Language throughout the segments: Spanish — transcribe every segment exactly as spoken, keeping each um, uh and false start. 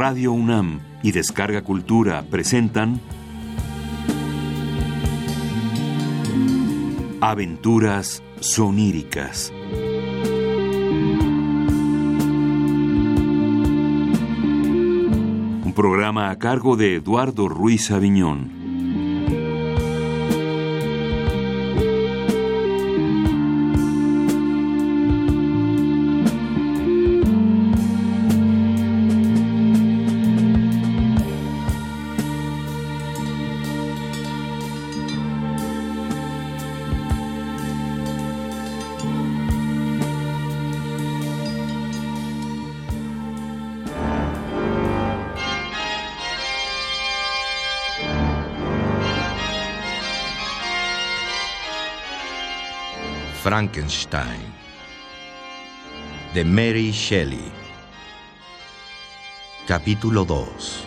Radio UNAM y Descarga Cultura presentan Aventuras soníricas. Un programa a cargo de Eduardo Ruiz Aviñón. Frankenstein, de Mary Shelley. Capítulo dos.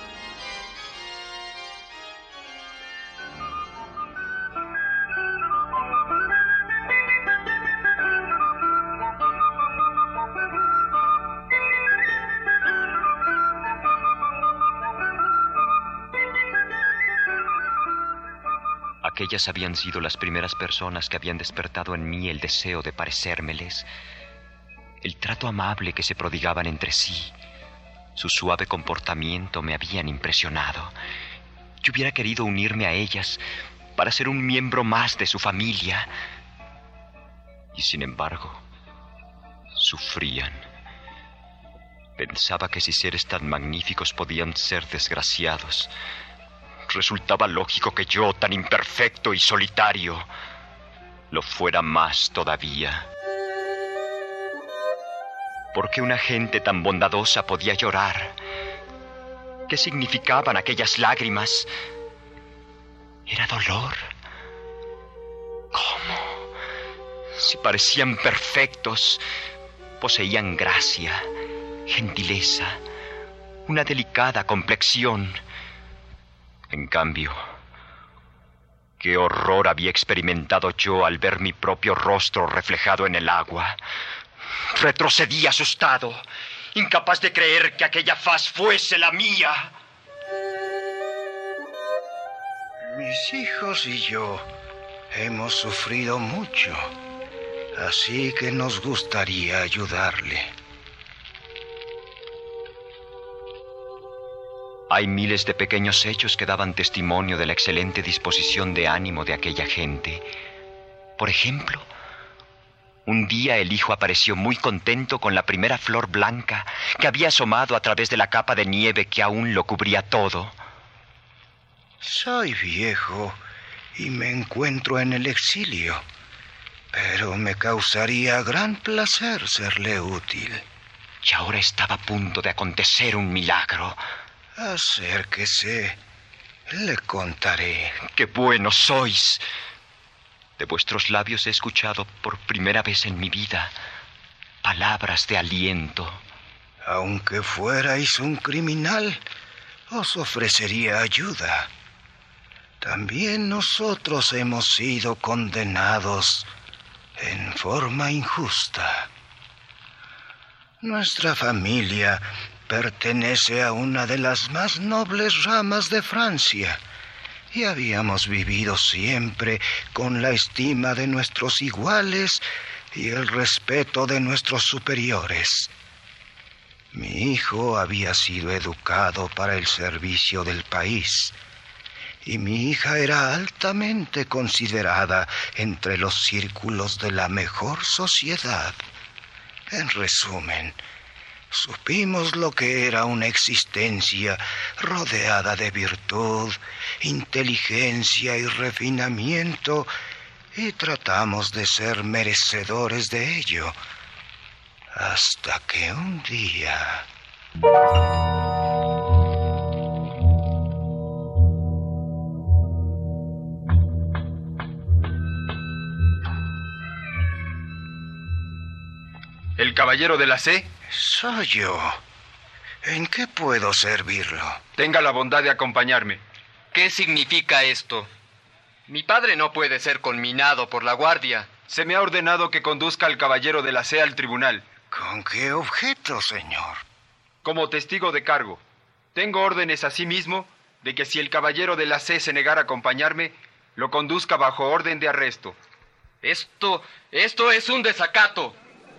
Aquellas habían sido las primeras personas que habían despertado en mí el deseo de parecérmeles. El trato amable que se prodigaban entre sí, su suave comportamiento me habían impresionado. Yo hubiera querido unirme a ellas para ser un miembro más de su familia. Y sin embargo, sufrían. Pensaba que si seres tan magníficos podían ser desgraciados, resultaba lógico que yo, tan imperfecto y solitario, lo fuera más todavía. ¿Por qué una gente tan bondadosa podía llorar? ¿Qué significaban aquellas lágrimas? ¿Era dolor? ¿Cómo? Si parecían perfectos, poseían gracia, gentileza, una delicada complexión. En cambio, qué horror había experimentado yo al ver mi propio rostro reflejado en el agua. Retrocedí asustado, incapaz de creer que aquella faz fuese la mía. Mis hijos y yo hemos sufrido mucho, así que nos gustaría ayudarle. Hay miles de pequeños hechos que daban testimonio de la excelente disposición de ánimo de aquella gente. Por ejemplo, un día el hijo apareció muy contento con la primera flor blanca que había asomado a través de la capa de nieve que aún lo cubría todo. Soy viejo y me encuentro en el exilio, pero me causaría gran placer serle útil. Y ahora estaba a punto de acontecer un milagro. Acérquese, le contaré. ¡Qué buenos sois! De vuestros labios he escuchado por primera vez en mi vida palabras de aliento. Aunque fuerais un criminal, os ofrecería ayuda. También nosotros hemos sido condenados en forma injusta. Nuestra familia pertenece a una de las más nobles ramas de Francia y habíamos vivido siempre con la estima de nuestros iguales y el respeto de nuestros superiores. Mi hijo había sido educado para el servicio del país y mi hija era altamente considerada entre los círculos de la mejor sociedad. En resumen, supimos lo que era una existencia rodeada de virtud, inteligencia y refinamiento, y tratamos de ser merecedores de ello, hasta que un día... ¿El caballero de la C? Soy yo. ¿En qué puedo servirlo? Tenga la bondad de acompañarme. ¿Qué significa esto? Mi padre no puede ser conminado por la guardia. Se me ha ordenado que conduzca al caballero de la C al tribunal. ¿Con qué objeto, señor? como testigo de cargo. Tengo órdenes asimismo de que si el caballero de la C se negara a acompañarme, lo conduzca bajo orden de arresto. Esto, esto es un desacato.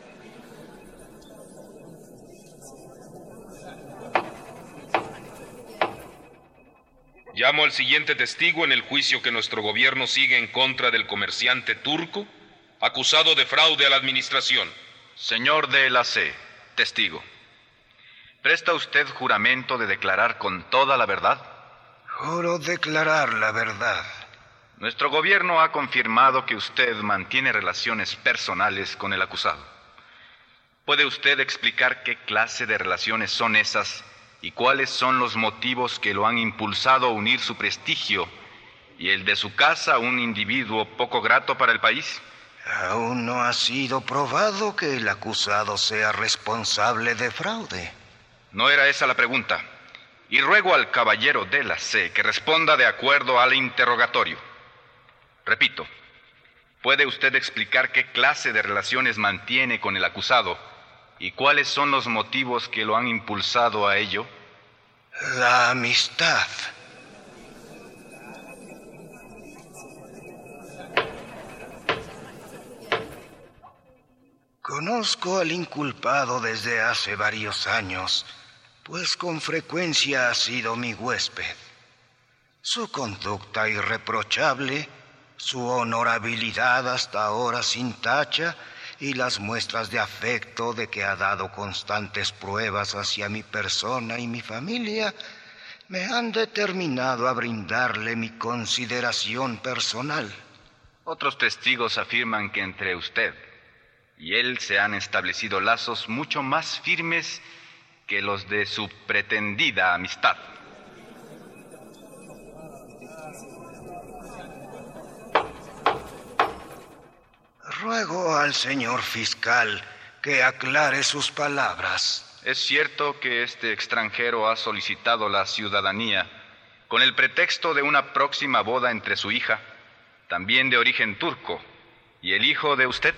Llamo al siguiente testigo en el juicio que nuestro gobierno sigue en contra del comerciante turco, acusado de fraude a la administración. Señor de la C, testigo. ¿Presta usted juramento de declarar con toda la verdad? Juro declarar la verdad. Nuestro gobierno ha confirmado que usted mantiene relaciones personales con el acusado. ¿Puede usted explicar qué clase de relaciones son esas y cuáles son los motivos que lo han impulsado a unir su prestigio y el de su casa a un individuo poco grato para el país? Aún no ha sido probado que el acusado sea responsable de fraude. No era esa la pregunta. Y ruego al caballero de la C que responda de acuerdo al interrogatorio. Repito, ¿puede usted explicar qué clase de relaciones mantiene con el acusado y cuáles son los motivos que lo han impulsado a ello? La amistad. Conozco al inculpado desde hace varios años, pues con frecuencia ha sido mi huésped. Su conducta irreprochable, su honorabilidad hasta ahora sin tacha y las muestras de afecto de que ha dado constantes pruebas hacia mi persona y mi familia me han determinado a brindarle mi consideración personal. Otros testigos afirman que entre usted y él se han establecido lazos mucho más firmes que los de su pretendida amistad. Ruego al señor fiscal que aclare sus palabras. ¿Es cierto que este extranjero ha solicitado la ciudadanía con el pretexto de una próxima boda entre su hija, también de origen turco, y el hijo de usted?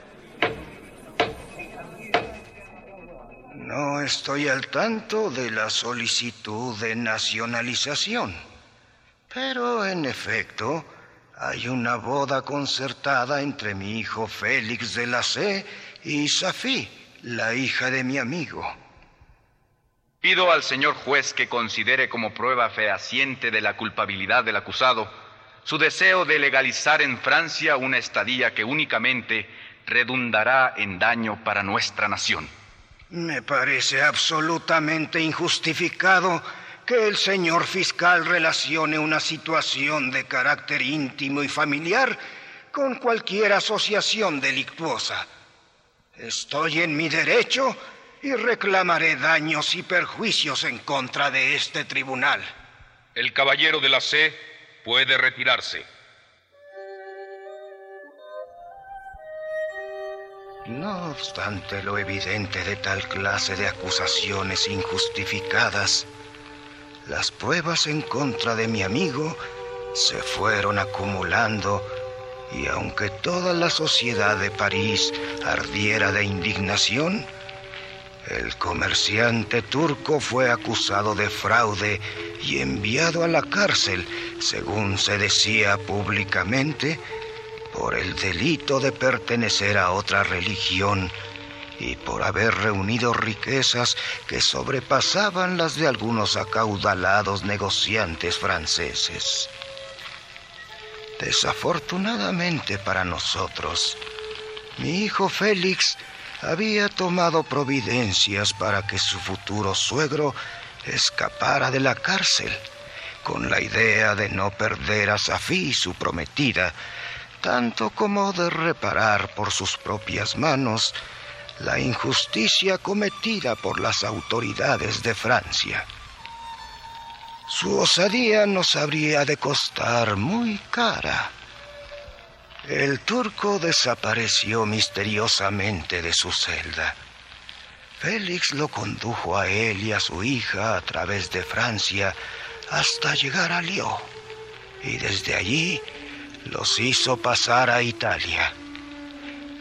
No estoy al tanto de la solicitud de nacionalización, pero en efecto hay una boda concertada entre mi hijo Félix de la C y Safí, la hija de mi amigo. Pido al señor juez que considere como prueba fehaciente de la culpabilidad del acusado su deseo de legalizar en Francia una estadía que únicamente redundará en daño para nuestra nación. Me parece absolutamente injustificado que el señor fiscal relacione una situación de carácter íntimo y familiar con cualquier asociación delictuosa. Estoy en mi derecho y reclamaré daños y perjuicios en contra de este tribunal. El caballero de la C puede retirarse. No obstante lo evidente de tal clase de acusaciones injustificadas, las pruebas en contra de mi amigo se fueron acumulando y aunque toda la sociedad de París ardiera de indignación, el comerciante turco fue acusado de fraude y enviado a la cárcel, según se decía públicamente, por el delito de pertenecer a otra religión y por haber reunido riquezas que sobrepasaban las de algunos acaudalados negociantes franceses. Desafortunadamente para nosotros, mi hijo Félix había tomado providencias para que su futuro suegro escapara de la cárcel, con la idea de no perder a Safí, su prometida, tanto como de reparar por sus propias manos la injusticia cometida por las autoridades de Francia. Su osadía nos habría de costar muy cara. El turco desapareció misteriosamente de su celda. Félix lo condujo a él y a su hija a través de Francia hasta llegar a Lyon, y desde allí los hizo pasar a Italia.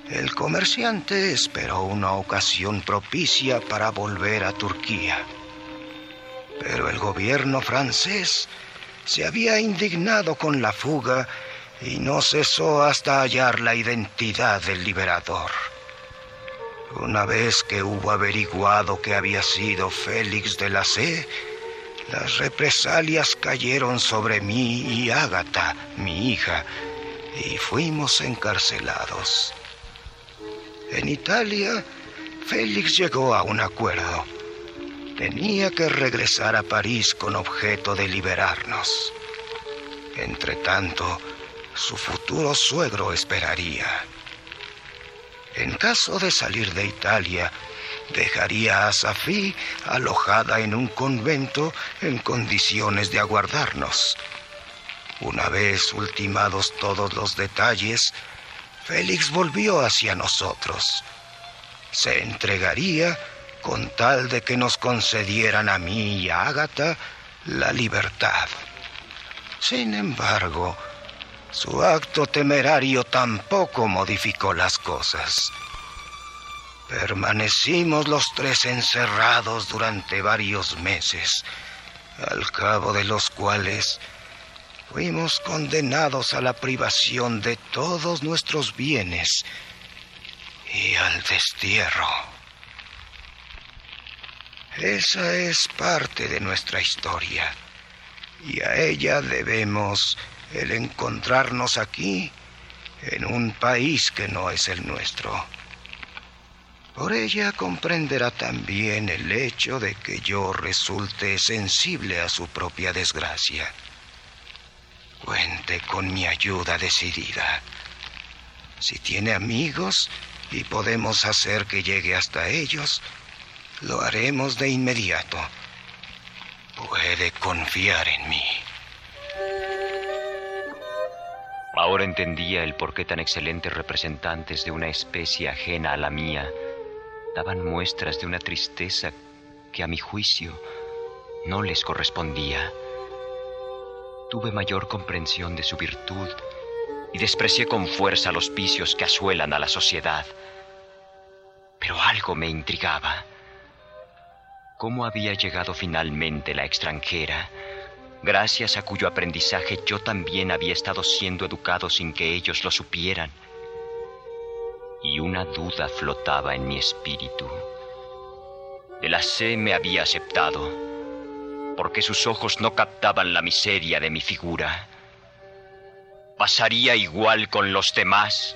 El comerciante esperó una ocasión propicia para volver a Turquía. Pero el gobierno francés se había indignado con la fuga y no cesó hasta hallar la identidad del liberador. Una vez que hubo averiguado que había sido Félix de la C, las represalias cayeron sobre mí y Ágata, mi hija, y fuimos encarcelados. En Italia, Félix llegó a un acuerdo. Tenía que regresar a París con objeto de liberarnos. Entretanto, su futuro suegro esperaría. En caso de salir de Italia, dejaría a Safí alojada en un convento en condiciones de aguardarnos. Una vez ultimados todos los detalles, Félix volvió hacia nosotros. Se entregaría con tal de que nos concedieran a mí y a Ágata la libertad. Sin embargo, su acto temerario tampoco modificó las cosas. Permanecimos los tres encerrados durante varios meses, al cabo de los cuales fuimos condenados a la privación de todos nuestros bienes y al destierro. Esa es parte de nuestra historia, y a ella debemos el encontrarnos aquí, en un país que no es el nuestro. Por ella comprenderá también el hecho de que yo resulte sensible a su propia desgracia. Cuente con mi ayuda decidida. Si tiene amigos y podemos hacer que llegue hasta ellos, lo haremos de inmediato. Puede confiar en mí. Ahora entendía el por qué tan excelentes representantes de una especie ajena a la mía daban muestras de una tristeza que a mi juicio no les correspondía. Tuve mayor comprensión de su virtud y desprecié con fuerza los vicios que asuelan a la sociedad. Pero algo me intrigaba. ¿Cómo había llegado finalmente la extranjera, gracias a cuyo aprendizaje yo también había estado siendo educado sin que ellos lo supieran? Y una duda flotaba en mi espíritu. De la C me había aceptado, porque sus ojos no captaban la miseria de mi figura. ¿Pasaría igual con los demás?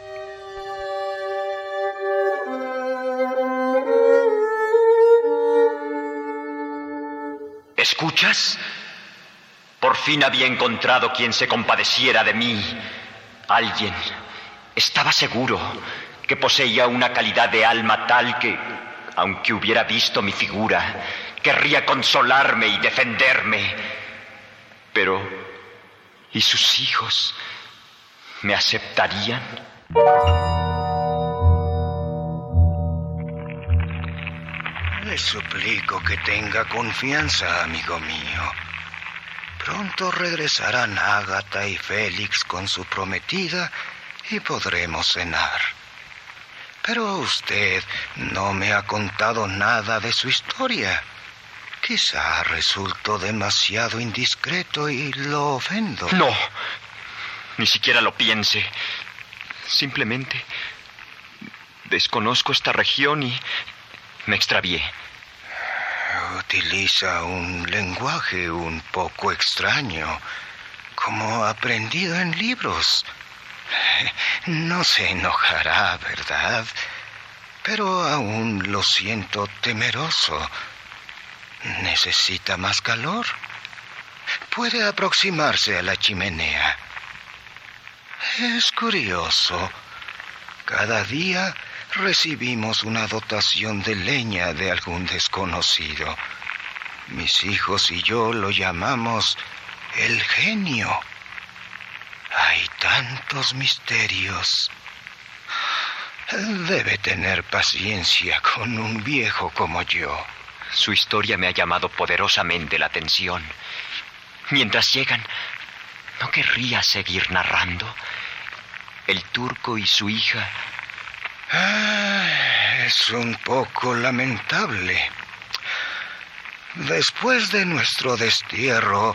¿Escuchas? Por fin había encontrado quien se compadeciera de mí. Alguien. Estaba seguro que poseía una calidad de alma tal que, aunque hubiera visto mi figura, querría consolarme y defenderme. Pero, ¿y sus hijos? ¿Me aceptarían? Le suplico que tenga confianza, amigo mío. Pronto regresarán Ágata y Félix con su prometida y podremos cenar. Pero usted no me ha contado nada de su historia. Quizá resultó demasiado indiscreto y lo ofendo. No, ni siquiera lo piense. Simplemente desconozco esta región y me extravié. Utiliza un lenguaje un poco extraño, como aprendido en libros. No se enojará, ¿verdad? Pero aún lo siento temeroso. ¿Necesita más calor? Puede aproximarse a la chimenea. Es curioso. Cada día recibimos una dotación de leña de algún desconocido. Mis hijos y yo lo llamamos el genio. Hay tantos misterios. Debe tener paciencia con un viejo como yo. Su historia me ha llamado poderosamente la atención. Mientras llegan, ¿no querría seguir narrando? El turco y su hija. Ah, es un poco lamentable. Después de nuestro destierro...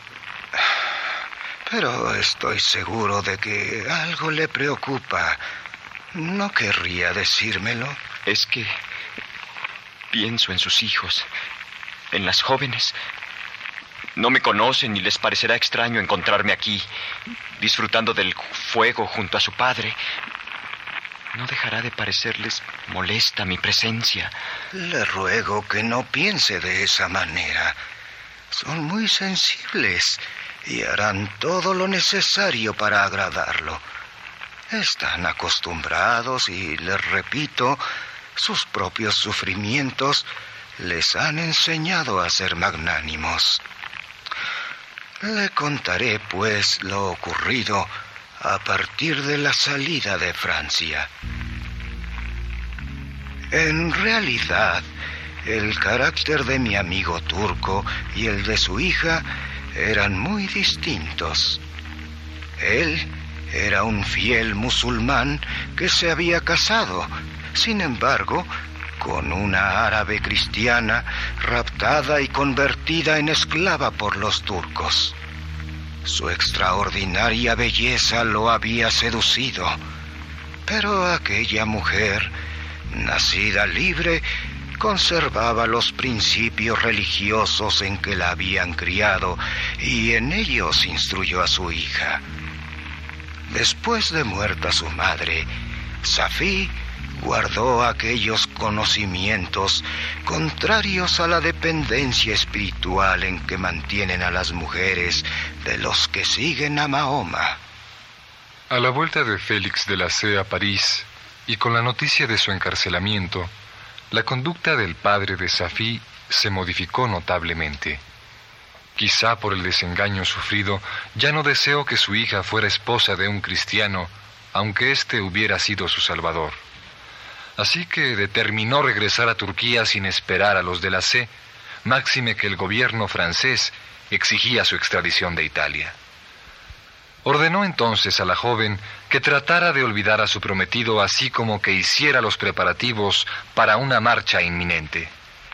Pero estoy seguro de que algo le preocupa. ¿No querría decírmelo? Es que pienso en sus hijos, en las jóvenes. No me conocen y les parecerá extraño encontrarme aquí, disfrutando del fuego junto a su padre. No dejará de parecerles molesta mi presencia. Le ruego que no piense de esa manera. Son muy sensibles y harán todo lo necesario para agradarlo. Están acostumbrados y, les repito, sus propios sufrimientos les han enseñado a ser magnánimos. Le contaré, pues, lo ocurrido a partir de la salida de Francia. En realidad, el carácter de mi amigo turco y el de su hija eran muy distintos. Él era un fiel musulmán que se había casado, sin embargo, con una árabe cristiana raptada y convertida en esclava por los turcos. Su extraordinaria belleza lo había seducido, pero aquella mujer, nacida libre, conservaba los principios religiosos en que la habían criado y en ellos instruyó a su hija. Después de muerta su madre, Safí guardó aquellos conocimientos contrarios a la dependencia espiritual en que mantienen a las mujeres de los que siguen a Mahoma. A la vuelta de Félix de la C a París, y con la noticia de su encarcelamiento, la conducta del padre de Safí se modificó notablemente. Quizá por el desengaño sufrido, ya no deseó que su hija fuera esposa de un cristiano, aunque éste hubiera sido su salvador. Así que determinó regresar a Turquía sin esperar a los de la C, máxime que el gobierno francés exigía su extradición de Italia. Ordenó entonces a la joven que tratara de olvidar a su prometido, así como que hiciera los preparativos para una marcha inminente.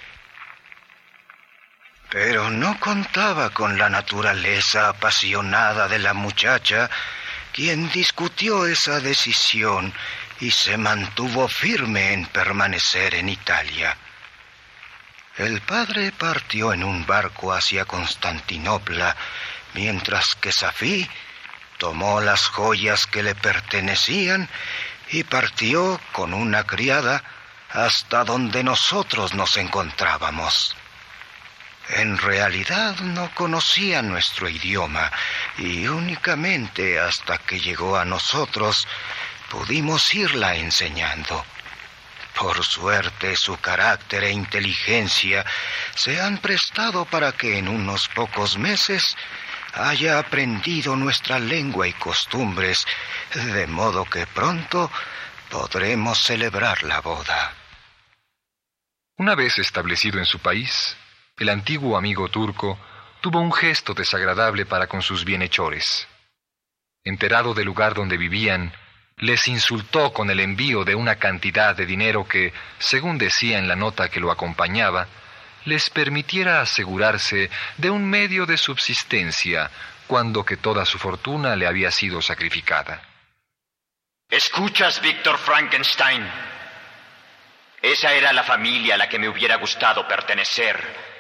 Pero no contaba con la naturaleza apasionada de la muchacha, quien discutió esa decisión y se mantuvo firme en permanecer en Italia. El padre partió en un barco hacia Constantinopla, mientras que Safí tomó las joyas que le pertenecían y partió con una criada hasta donde nosotros nos encontrábamos. En realidad no conocía nuestro idioma y únicamente hasta que llegó a nosotros pudimos irla enseñando. Por suerte, su carácter e inteligencia se han prestado para que en unos pocos meses haya aprendido nuestra lengua y costumbres, de modo que pronto podremos celebrar la boda. Una vez establecido en su país, el antiguo amigo turco tuvo un gesto desagradable para con sus bienhechores. Enterado del lugar donde vivían, les insultó con el envío de una cantidad de dinero que, según decía en la nota que lo acompañaba, les permitiera asegurarse de un medio de subsistencia, cuando que toda su fortuna le había sido sacrificada. ¿Escuchas, Víctor Frankenstein? Esa era la familia a la que me hubiera gustado pertenecer.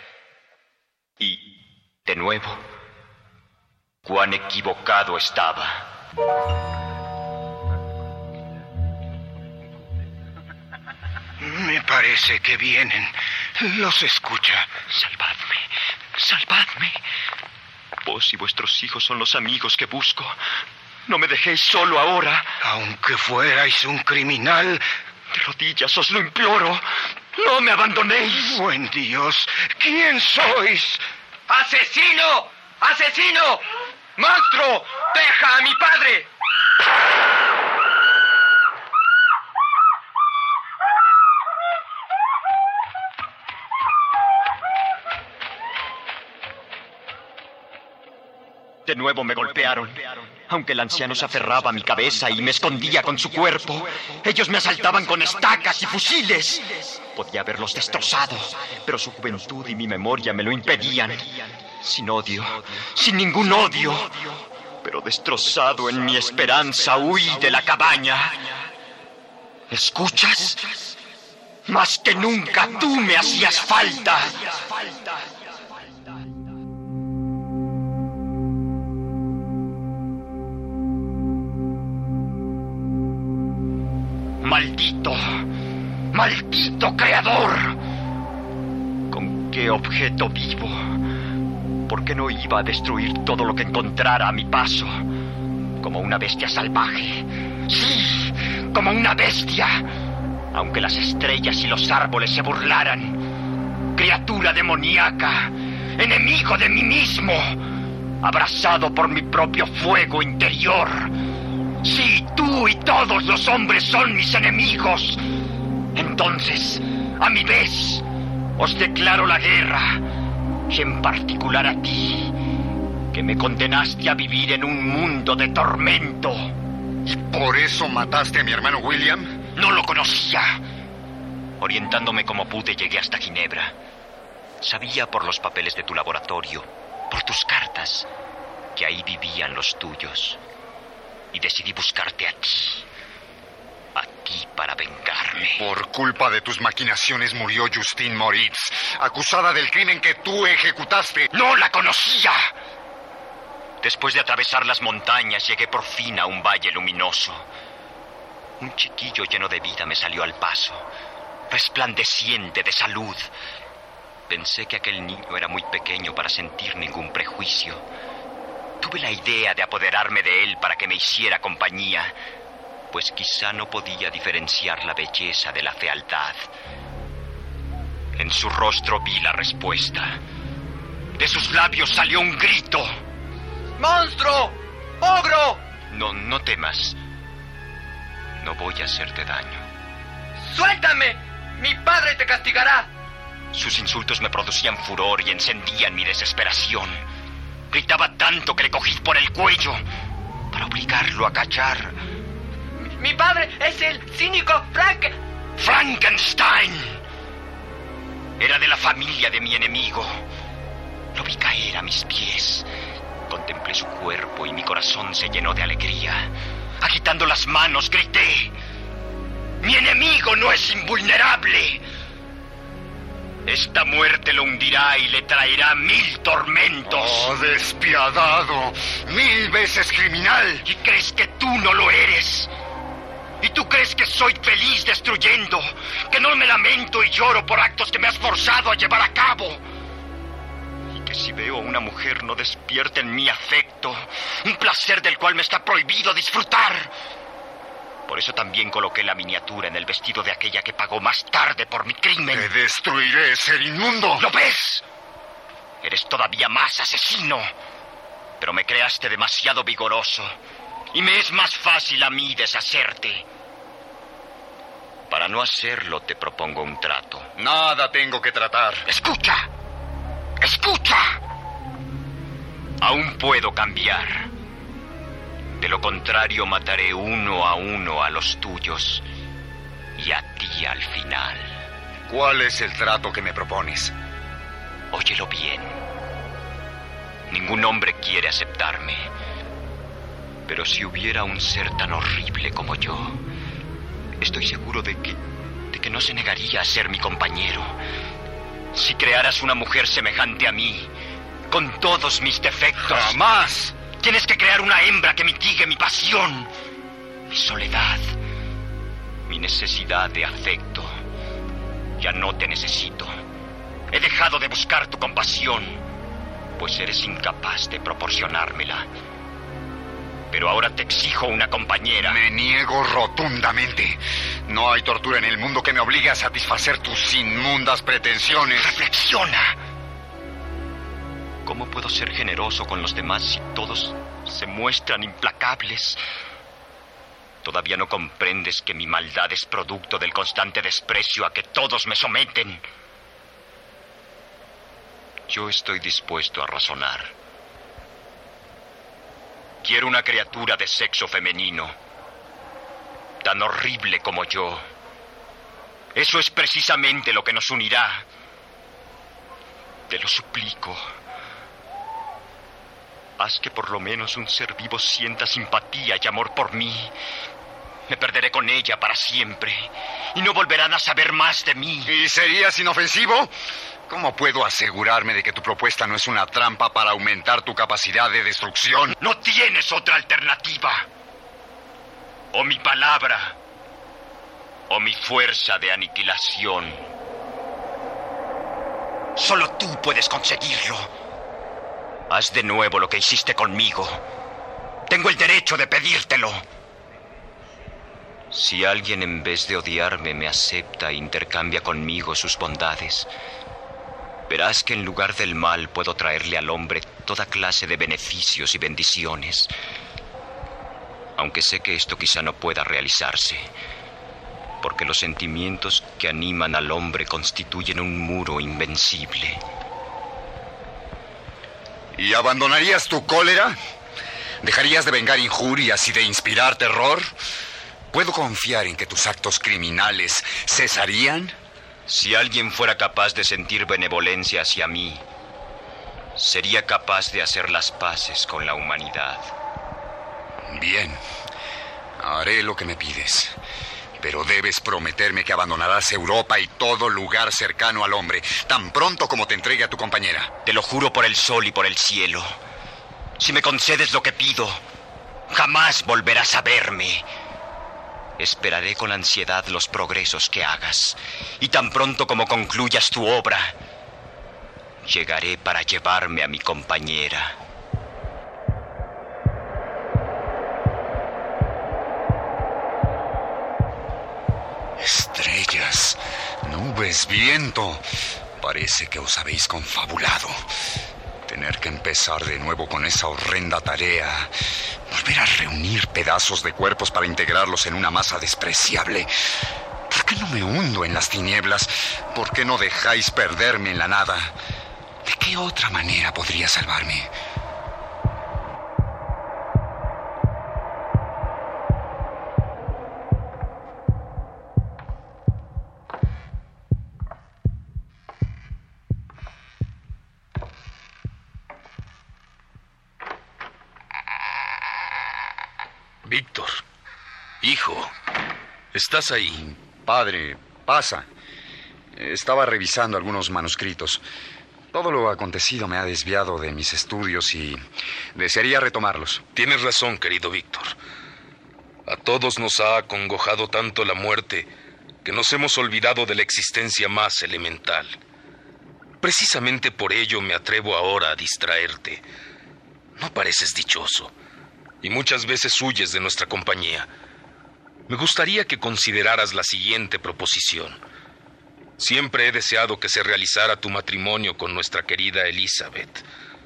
Y, de nuevo, cuán equivocado estaba. Me parece que vienen. Los escucha. Salvadme, salvadme. Vos y vuestros hijos son los amigos que busco. No me dejéis solo ahora. Aunque fuerais un criminal... De rodillas os lo imploro. No me abandonéis. Buen Dios, ¿quién sois? ¡Asesino! ¡Asesino! ¡Monstruo! ¡Deja a mi padre! De nuevo me golpearon. Aunque el anciano se aferraba a mi cabeza y me escondía con su cuerpo, ellos me asaltaban con estacas y fusiles. Podía haberlos destrozado, pero su juventud y mi memoria me lo impedían. Sin odio, sin ningún odio, pero destrozado en mi esperanza, huí de la cabaña. ¿Escuchas? Más que nunca tú me hacías falta. ¡Maldito! ¡Maldito creador! ¿Con qué objeto vivo? ¿Por qué no iba a destruir todo lo que encontrara a mi paso? Como una bestia salvaje. ¡Sí! Como una bestia. Aunque las estrellas y los árboles se burlaran. Criatura demoníaca. Enemigo de mí mismo. Abrazado por mi propio fuego interior. Sí, tú y todos los hombres son mis enemigos. Entonces, a mi vez, os declaro la guerra. Y en particular a ti, que me condenaste a vivir en un mundo de tormento. ¿Y por eso mataste a mi hermano William? No lo conocía. Orientándome como pude, llegué hasta Ginebra. Sabía por los papeles de tu laboratorio, por tus cartas, que ahí vivían los tuyos. Y decidí buscarte a ti. A ti para vengarme. Por culpa de tus maquinaciones murió Justine Moritz, acusada del crimen que tú ejecutaste. ¡No la conocía! Después de atravesar las montañas, llegué por fin a un valle luminoso. Un chiquillo lleno de vida me salió al paso, resplandeciente de salud. Pensé que aquel niño era muy pequeño para sentir ningún prejuicio. Tuve la idea de apoderarme de él para que me hiciera compañía, pues quizá no podía diferenciar la belleza de la fealdad. En su rostro vi la respuesta. De sus labios salió un grito. ¡Monstruo! ¡Ogro! No, no temas. No voy a hacerte daño. ¡Suéltame! ¡Mi padre te castigará! Sus insultos me producían furor y encendían mi desesperación. Gritaba tanto que le cogí por el cuello para obligarlo a callar. ¡Mi padre es el cínico Frank... ¡Frankenstein! Era de la familia de mi enemigo. Lo vi caer a mis pies. Contemplé su cuerpo y mi corazón se llenó de alegría. Agitando las manos, grité: ¡mi enemigo no es invulnerable! Esta muerte lo hundirá y le traerá mil tormentos. ¡Oh, despiadado! ¡Mil veces criminal! ¿Y crees que tú no lo eres? ¿Y tú crees que soy feliz destruyendo? ¿Que no me lamento y lloro por actos que me has forzado a llevar a cabo? ¿Y que si veo a una mujer no despierta en mí afecto? Un placer del cual me está prohibido disfrutar. Por eso también coloqué la miniatura en el vestido de aquella que pagó más tarde por mi crimen. ¡Te destruiré, ser inmundo! ¿Lo ves? Eres todavía más asesino. Pero me creaste demasiado vigoroso. Y me es más fácil a mí deshacerte. Para no hacerlo, te propongo un trato. Nada tengo que tratar. ¡Escucha! ¡Escucha! Aún puedo cambiar. De lo contrario, mataré uno a uno a los tuyos y a ti al final. ¿Cuál es el trato que me propones? Óyelo bien. Ningún hombre quiere aceptarme. Pero si hubiera un ser tan horrible como yo, estoy seguro de que, de que no se negaría a ser mi compañero. Si crearas una mujer semejante a mí, con todos mis defectos... ¡Jamás! Tienes que crear una hembra que mitigue mi pasión, mi soledad, mi necesidad de afecto. Ya no te necesito. He dejado de buscar tu compasión, pues eres incapaz de proporcionármela. Pero ahora te exijo una compañera. Me niego rotundamente. No hay tortura en el mundo que me obligue a satisfacer tus inmundas pretensiones. ¡Reflexiona! ¿Cómo puedo ser generoso con los demás si todos se muestran implacables? Todavía no comprendes que mi maldad es producto del constante desprecio a que todos me someten. Yo estoy dispuesto a razonar. Quiero una criatura de sexo femenino, tan horrible como yo. Eso es precisamente lo que nos unirá. Te lo suplico. Haz que por lo menos un ser vivo sienta simpatía y amor por mí. Me perderé con ella para siempre y no volverán a saber más de mí. ¿Y serías inofensivo? ¿Cómo puedo asegurarme de que tu propuesta no es una trampa para aumentar tu capacidad de destrucción? No tienes otra alternativa. O mi palabra, o mi fuerza de aniquilación. Solo tú puedes conseguirlo. Haz de nuevo lo que hiciste conmigo. Tengo el derecho de pedírtelo. Si alguien en vez de odiarme me acepta e intercambia conmigo sus bondades, verás que en lugar del mal puedo traerle al hombre toda clase de beneficios y bendiciones. Aunque sé que esto quizá no pueda realizarse, porque los sentimientos que animan al hombre constituyen un muro invencible. ¿Y abandonarías tu cólera? ¿Dejarías de vengar injurias y de inspirar terror? ¿Puedo confiar en que tus actos criminales cesarían? Si alguien fuera capaz de sentir benevolencia hacia mí, sería capaz de hacer las paces con la humanidad. Bien, haré lo que me pides. Pero debes prometerme que abandonarás Europa y todo lugar cercano al hombre, tan pronto como te entregue a tu compañera. Te lo juro por el sol y por el cielo. Si me concedes lo que pido, jamás volverás a verme. Esperaré con ansiedad los progresos que hagas, y tan pronto como concluyas tu obra, llegaré para llevarme a mi compañera. Estrellas, nubes, viento. Parece que os habéis confabulado. Tener que empezar de nuevo con esa horrenda tarea. Volver a reunir pedazos de cuerpos para integrarlos en una masa despreciable. ¿Por qué no me hundo en las tinieblas? ¿Por qué no dejáis perderme en la nada? ¿De qué otra manera podría salvarme? Víctor, hijo, ¿estás ahí? Padre, pasa. Estaba revisando algunos manuscritos. Todo lo acontecido me ha desviado de mis estudios y desearía retomarlos. Tienes razón, querido Víctor. A todos nos ha acongojado tanto la muerte que nos hemos olvidado de la existencia más elemental. Precisamente por ello me atrevo ahora a distraerte. No pareces dichoso y muchas veces huyes de nuestra compañía. Me gustaría que consideraras la siguiente proposición. Siempre he deseado que se realizara tu matrimonio con nuestra querida Elizabeth,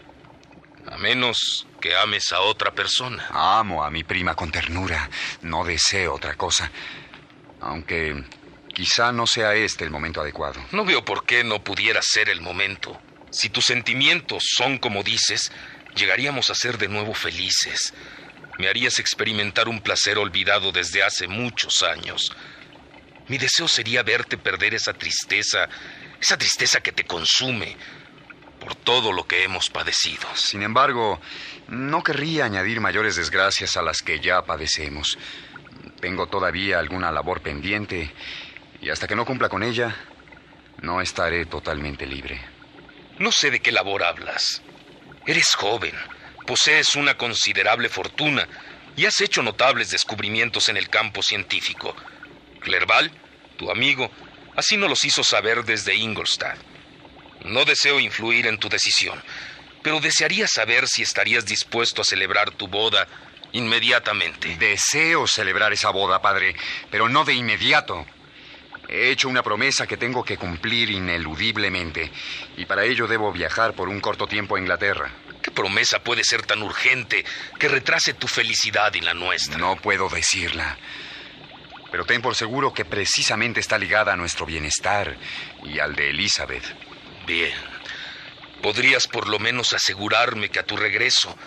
a menos que ames a otra persona. Amo a mi prima con ternura, no deseo otra cosa, aunque quizá no sea este el momento adecuado. No veo por qué no pudiera ser el momento. Si tus sentimientos son como dices, llegaríamos a ser de nuevo felices. Me harías experimentar un placer olvidado desde hace muchos años. Mi deseo sería verte perder esa tristeza, esa tristeza que te consume por todo lo que hemos padecido. Sin embargo, no querría añadir mayores desgracias a las que ya padecemos. Tengo todavía alguna labor pendiente y hasta que no cumpla con ella, no estaré totalmente libre. No sé de qué labor hablas. Eres joven. Posees una considerable fortuna y has hecho notables descubrimientos en el campo científico. Clerval, tu amigo, así nos los hizo saber desde Ingolstadt. No deseo influir en tu decisión, pero desearía saber si estarías dispuesto a celebrar tu boda inmediatamente. Deseo celebrar esa boda, padre, pero no de inmediato. He hecho una promesa que tengo que cumplir ineludiblemente, y para ello debo viajar por un corto tiempo a Inglaterra. ¿Qué promesa puede ser tan urgente que retrase tu felicidad y la nuestra? No puedo decirla, pero ten por seguro que precisamente está ligada a nuestro bienestar y al de Elizabeth. Bien. ¿Podrías por lo menos asegurarme que a tu regreso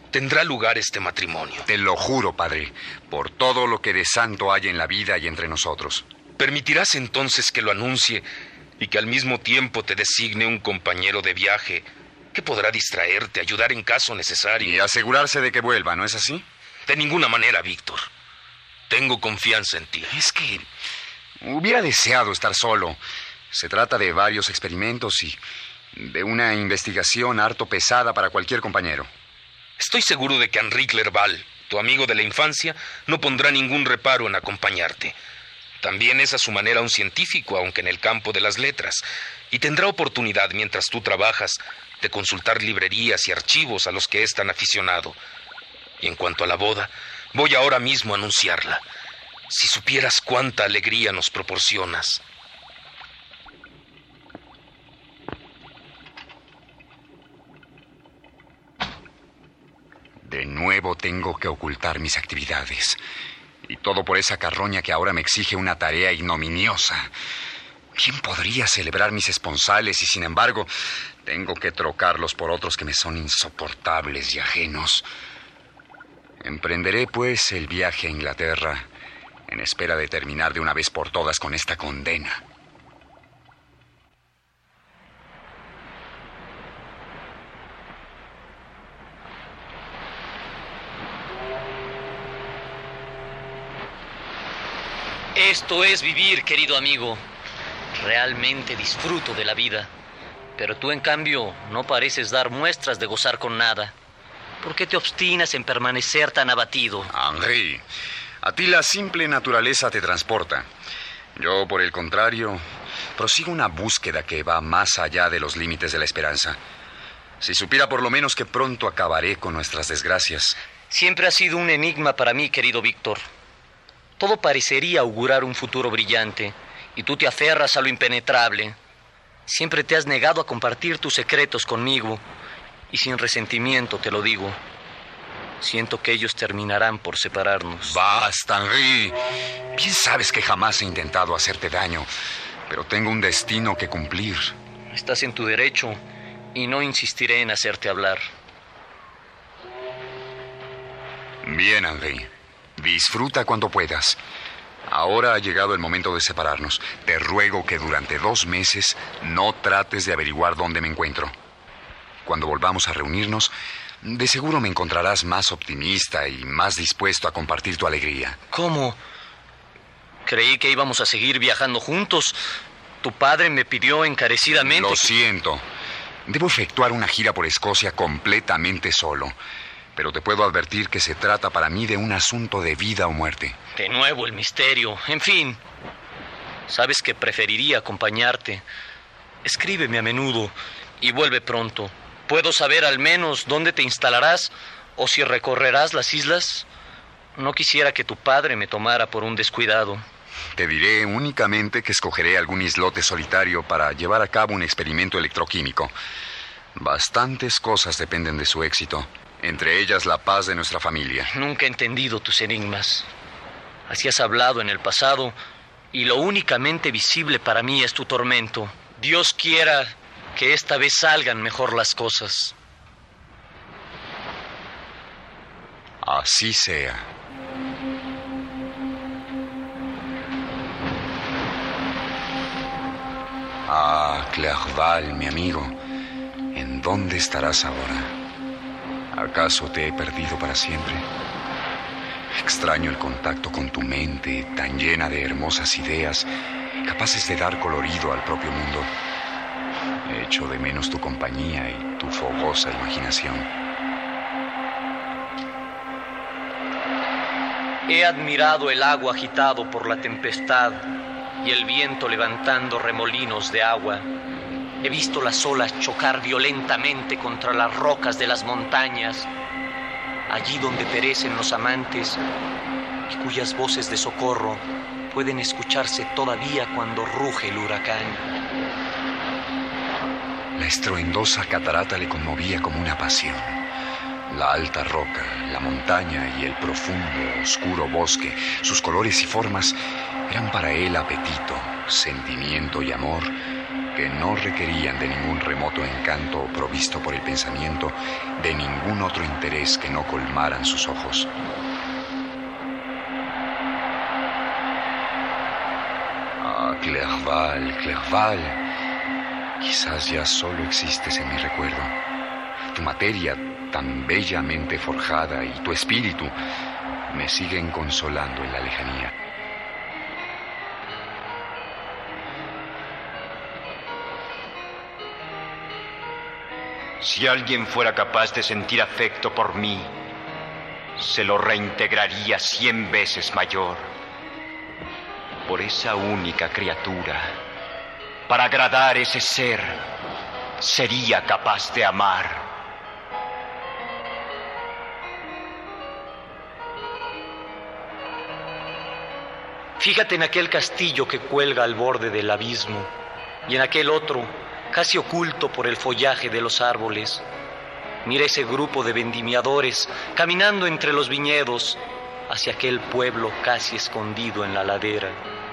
tendrá lugar este matrimonio. Te lo juro, padre, por todo lo que de santo hay en la vida y entre nosotros. ¿Permitirás entonces que lo anuncie y que al mismo tiempo te designe un compañero de viaje que podrá distraerte, ayudar en caso necesario? Y asegurarse de que vuelva, ¿no es así? De ninguna manera, Víctor. Tengo confianza en ti. Es que hubiera deseado estar solo. Se trata de varios experimentos y de una investigación harto pesada para cualquier compañero. Estoy seguro de que Henri Clerval, tu amigo de la infancia, no pondrá ningún reparo en acompañarte. También es a su manera un científico, aunque en el campo de las letras, y tendrá oportunidad, mientras tú trabajas, de consultar librerías y archivos a los que es tan aficionado. Y en cuanto a la boda, voy ahora mismo a anunciarla. Si supieras cuánta alegría nos proporcionas. De nuevo tengo que ocultar mis actividades. Y todo por esa carroña que ahora me exige una tarea ignominiosa. ¿Quién podría celebrar mis esponsales y, sin embargo, tengo que trocarlos por otros que me son insoportables y ajenos? Emprenderé, pues, el viaje a Inglaterra en espera de terminar de una vez por todas con esta condena. Esto es vivir, querido amigo. Realmente disfruto de la vida. Pero tú, en cambio, no pareces dar muestras de gozar con nada. ¿Por qué te obstinas en permanecer tan abatido? Henri, a ti la simple naturaleza te transporta. Yo, por el contrario, prosigo una búsqueda que va más allá de los límites de la esperanza. Si supiera por lo menos que pronto acabaré con nuestras desgracias. Siempre ha sido un enigma para mí, querido Víctor. Todo parecería augurar un futuro brillante, y tú te aferras a lo impenetrable. Siempre te has negado a compartir tus secretos conmigo, y sin resentimiento te lo digo. Siento que ellos terminarán por separarnos. Basta, Henri. Bien sabes que jamás he intentado hacerte daño, pero tengo un destino que cumplir. Estás en tu derecho, y no insistiré en hacerte hablar. Bien, Henri. Disfruta cuando puedas. Ahora ha llegado el momento de separarnos. Te ruego que durante dos meses no trates de averiguar dónde me encuentro. Cuando volvamos a reunirnos, de seguro me encontrarás más optimista y más dispuesto a compartir tu alegría. ¿Cómo? Creí que íbamos a seguir viajando juntos. Tu padre me pidió encarecidamente... Lo siento. Debo efectuar una gira por Escocia completamente solo. Pero te puedo advertir que se trata para mí de un asunto de vida o muerte. De nuevo el misterio. En fin, sabes que preferiría acompañarte. Escríbeme a menudo y vuelve pronto. ¿Puedo saber al menos dónde te instalarás o si recorrerás las islas? No quisiera que tu padre me tomara por un descuidado. Te diré únicamente que escogeré algún islote solitario para llevar a cabo un experimento electroquímico. Bastantes cosas dependen de su éxito. Entre ellas la paz de nuestra familia. Nunca he entendido tus enigmas. Así has hablado en el pasado, y lo únicamente visible para mí es tu tormento. Dios quiera que esta vez salgan mejor las cosas. Así sea. Ah, Clerval, mi amigo, ¿en dónde estarás ahora? ¿Acaso te he perdido para siempre? Extraño el contacto con tu mente, tan llena de hermosas ideas, capaces de dar colorido al propio mundo. Echo de menos tu compañía y tu fogosa imaginación. He admirado el agua agitado por la tempestad y el viento levantando remolinos de agua. He visto las olas chocar violentamente contra las rocas de las montañas, allí donde perecen los amantes y cuyas voces de socorro pueden escucharse todavía cuando ruge el huracán. La estruendosa catarata le conmovía como una pasión. La alta roca, la montaña y el profundo, oscuro bosque, sus colores y formas eran para él apetito, sentimiento y amor que no requerían de ningún remoto encanto provisto por el pensamiento, de ningún otro interés que no colmaran sus ojos. Ah, Clerval, Clerval, quizás ya solo existes en mi recuerdo. Tu materia tan bellamente forjada y tu espíritu me siguen consolando en la lejanía. Si alguien fuera capaz de sentir afecto por mí, se lo reintegraría cien veces mayor. Por esa única criatura, para agradar ese ser, sería capaz de amar. Fíjate en aquel castillo que cuelga al borde del abismo y en aquel otro, casi oculto por el follaje de los árboles. Mira ese grupo de vendimiadores caminando entre los viñedos hacia aquel pueblo casi escondido en la ladera.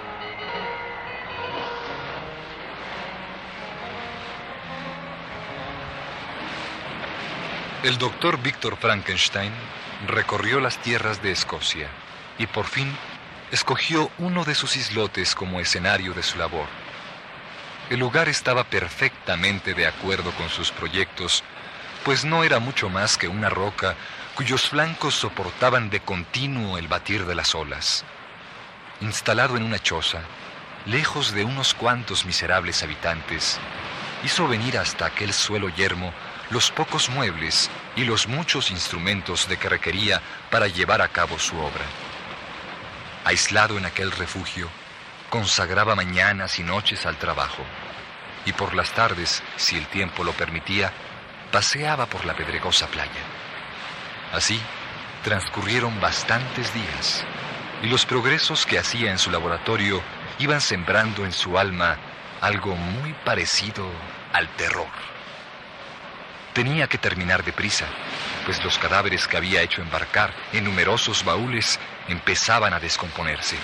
El doctor Víctor Frankenstein recorrió las tierras de Escocia y por fin escogió uno de sus islotes como escenario de su labor. El lugar estaba perfectamente de acuerdo con sus proyectos, pues no era mucho más que una roca cuyos flancos soportaban de continuo el batir de las olas. Instalado en una choza, lejos de unos cuantos miserables habitantes, hizo venir hasta aquel suelo yermo los pocos muebles y los muchos instrumentos de que requería para llevar a cabo su obra. Aislado en aquel refugio, consagraba mañanas y noches al trabajo, y por las tardes, si el tiempo lo permitía, paseaba por la pedregosa playa. Así transcurrieron bastantes días, y los progresos que hacía en su laboratorio iban sembrando en su alma algo muy parecido al terror. Tenía que terminar deprisa, pues los cadáveres que había hecho embarcar en numerosos baúles empezaban a descomponerse.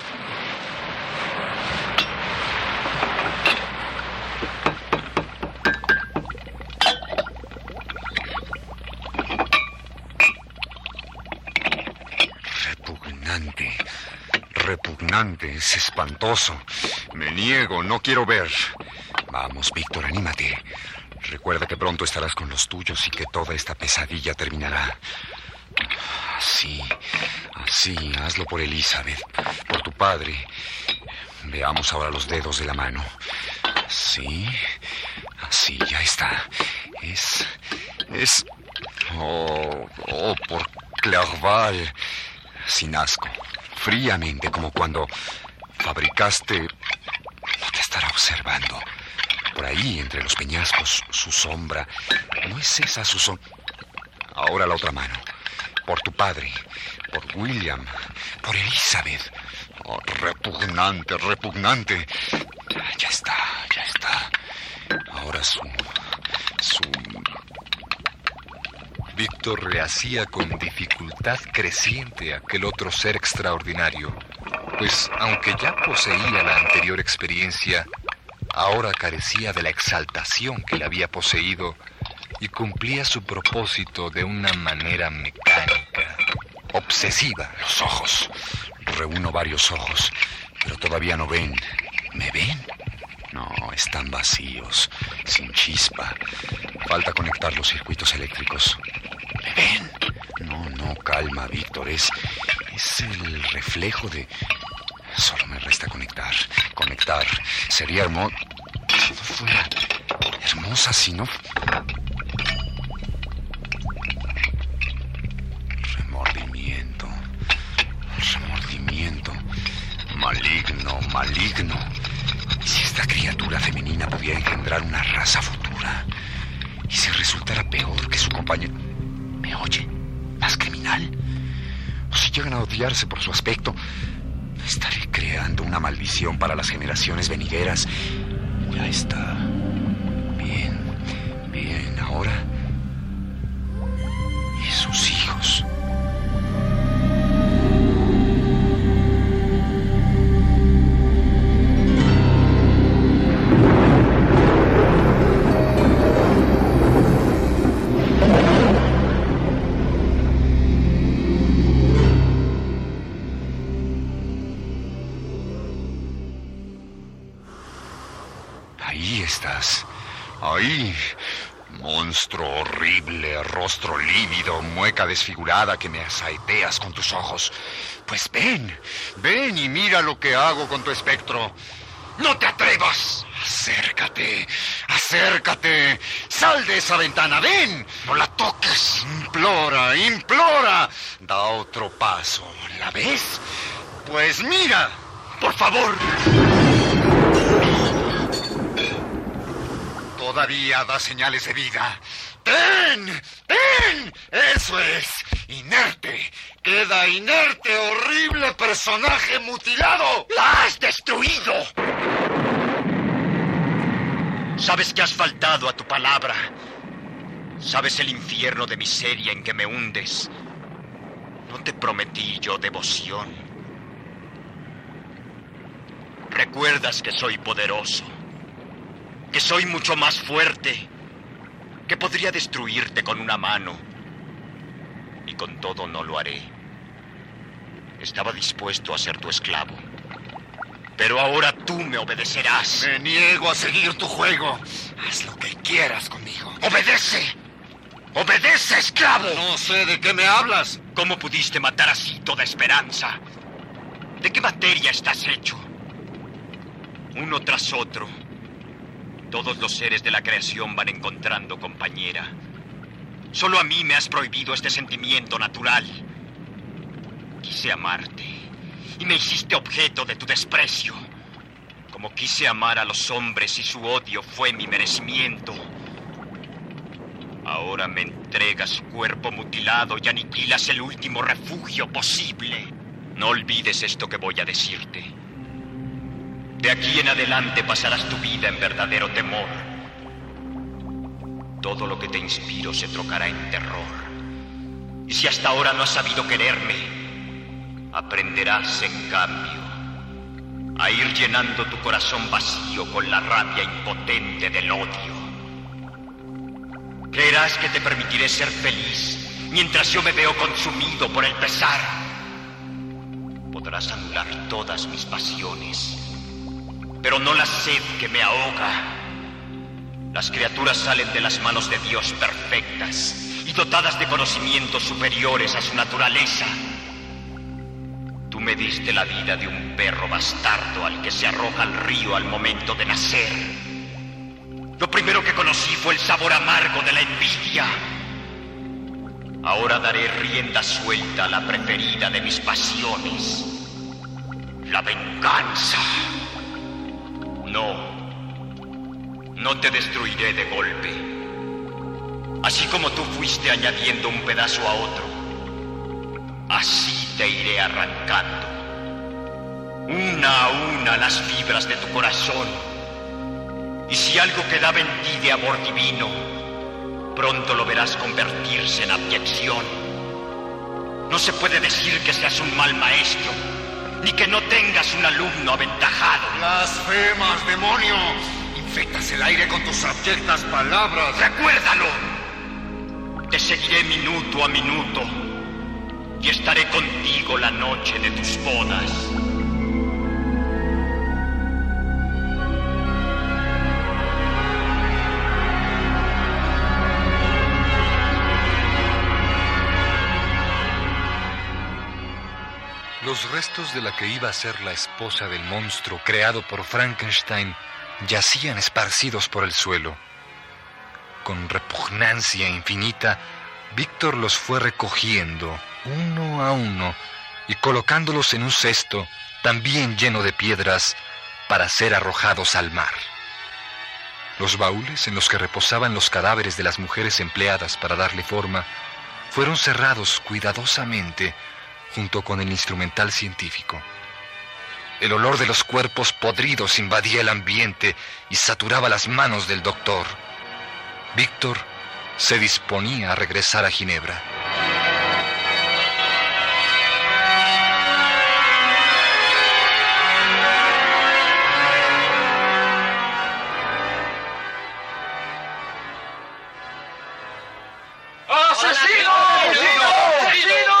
Repugnante, repugnante, es espantoso. Me niego, no quiero ver. Vamos, Víctor, anímate. Recuerda que pronto estarás con los tuyos y que toda esta pesadilla terminará. Así, así, hazlo por Elizabeth, por tu padre. Veamos ahora los dedos de la mano. Así, así, ya está. Es, es... Oh, oh, por Clerval. Sin asco, fríamente, como cuando fabricaste... No te estará observando. Por ahí, entre los peñascos, su sombra. ¿No es esa su sombra? Ahora la otra mano. Por tu padre, por William, por Elizabeth. Oh, repugnante, repugnante. Ya está, ya está. Ahora su... su... Víctor rehacía con dificultad creciente aquel otro ser extraordinario, pues aunque ya poseía la anterior experiencia, ahora carecía de la exaltación que le había poseído y cumplía su propósito de una manera mecánica, obsesiva. Los ojos. Reúno varios ojos, pero todavía no ven. ¿Me ven? No, están vacíos, sin chispa. Falta conectar los circuitos eléctricos. ¿Me ven? No, no, calma, Víctor. Es, es el reflejo de... Solo me resta conectar. Conectar. Sería hermoso... Si no fuera hermosa, si no... Remordimiento. Remordimiento. Maligno, maligno. Si esta criatura femenina pudiera engendrar una raza futura, y si resultara peor que su compañero... ¿Me oye? ¿Más criminal? O si llegan a odiarse por su aspecto, estaré creando una maldición para las generaciones venideras. Ya está. Bien, bien, ahora... ¿Y sus hijos? ¡Ay! Monstruo horrible, rostro lívido, mueca desfigurada que me asaeteas con tus ojos. Pues ven, ven y mira lo que hago con tu espectro. ¡No te atrevas! Acércate, acércate. Sal de esa ventana, ven. No la toques. Implora, implora. Da otro paso. ¿La ves? Pues mira, por favor. Todavía da señales de vida. ¡Ven! ¡Ven! ¡Eso es! ¡Inerte! ¡Queda inerte, horrible personaje mutilado! ¡La has destruido! Sabes que has faltado a tu palabra. Sabes el infierno de miseria en que me hundes. No te prometí yo devoción. Recuerdas que soy poderoso, que soy mucho más fuerte, que podría destruirte con una mano. Y con todo no lo haré. Estaba dispuesto a ser tu esclavo. Pero ahora tú me obedecerás. Me niego a seguir tu juego. Haz lo que quieras conmigo. ¡Obedece! ¡Obedece, esclavo! No sé de qué me hablas. ¿Cómo pudiste matar así toda esperanza? ¿De qué materia estás hecho? Uno tras otro, todos los seres de la creación van encontrando compañera. Solo a mí me has prohibido este sentimiento natural. Quise amarte y me hiciste objeto de tu desprecio. Como quise amar a los hombres y su odio fue mi merecimiento. Ahora me entregas tu cuerpo mutilado y aniquilas el último refugio posible. No olvides esto que voy a decirte. De aquí en adelante pasarás tu vida en verdadero temor. Todo lo que te inspiro se trocará en terror. Y si hasta ahora no has sabido quererme, aprenderás, en cambio, a ir llenando tu corazón vacío con la rabia impotente del odio. Creerás que te permitiré ser feliz mientras yo me veo consumido por el pesar. Podrás anular todas mis pasiones, pero no la sed que me ahoga. Las criaturas salen de las manos de Dios perfectas y dotadas de conocimientos superiores a su naturaleza. Tú me diste la vida de un perro bastardo al que se arroja al río al momento de nacer. Lo primero que conocí fue el sabor amargo de la envidia. Ahora daré rienda suelta a la preferida de mis pasiones, la venganza. No, no te destruiré de golpe. Así como tú fuiste añadiendo un pedazo a otro, así te iré arrancando, una a una, las fibras de tu corazón. Y si algo quedaba en ti de amor divino, pronto lo verás convertirse en abyección. No se puede decir que seas un mal maestro, ni que no tengas un alumno aventajado. ¡Blasfemas, demonio! Infectas el aire con tus abyectas palabras. ¡Recuérdalo! Te seguiré minuto a minuto y estaré contigo la noche de tus bodas. Los restos de la que iba a ser la esposa del monstruo creado por Frankenstein yacían esparcidos por el suelo. Con repugnancia infinita, Víctor los fue recogiendo uno a uno y colocándolos en un cesto también lleno de piedras para ser arrojados al mar. Los baúles en los que reposaban los cadáveres de las mujeres empleadas para darle forma fueron cerrados cuidadosamente junto con el instrumental científico. El olor de los cuerpos podridos invadía el ambiente y saturaba las manos del doctor. Víctor se disponía a regresar a Ginebra.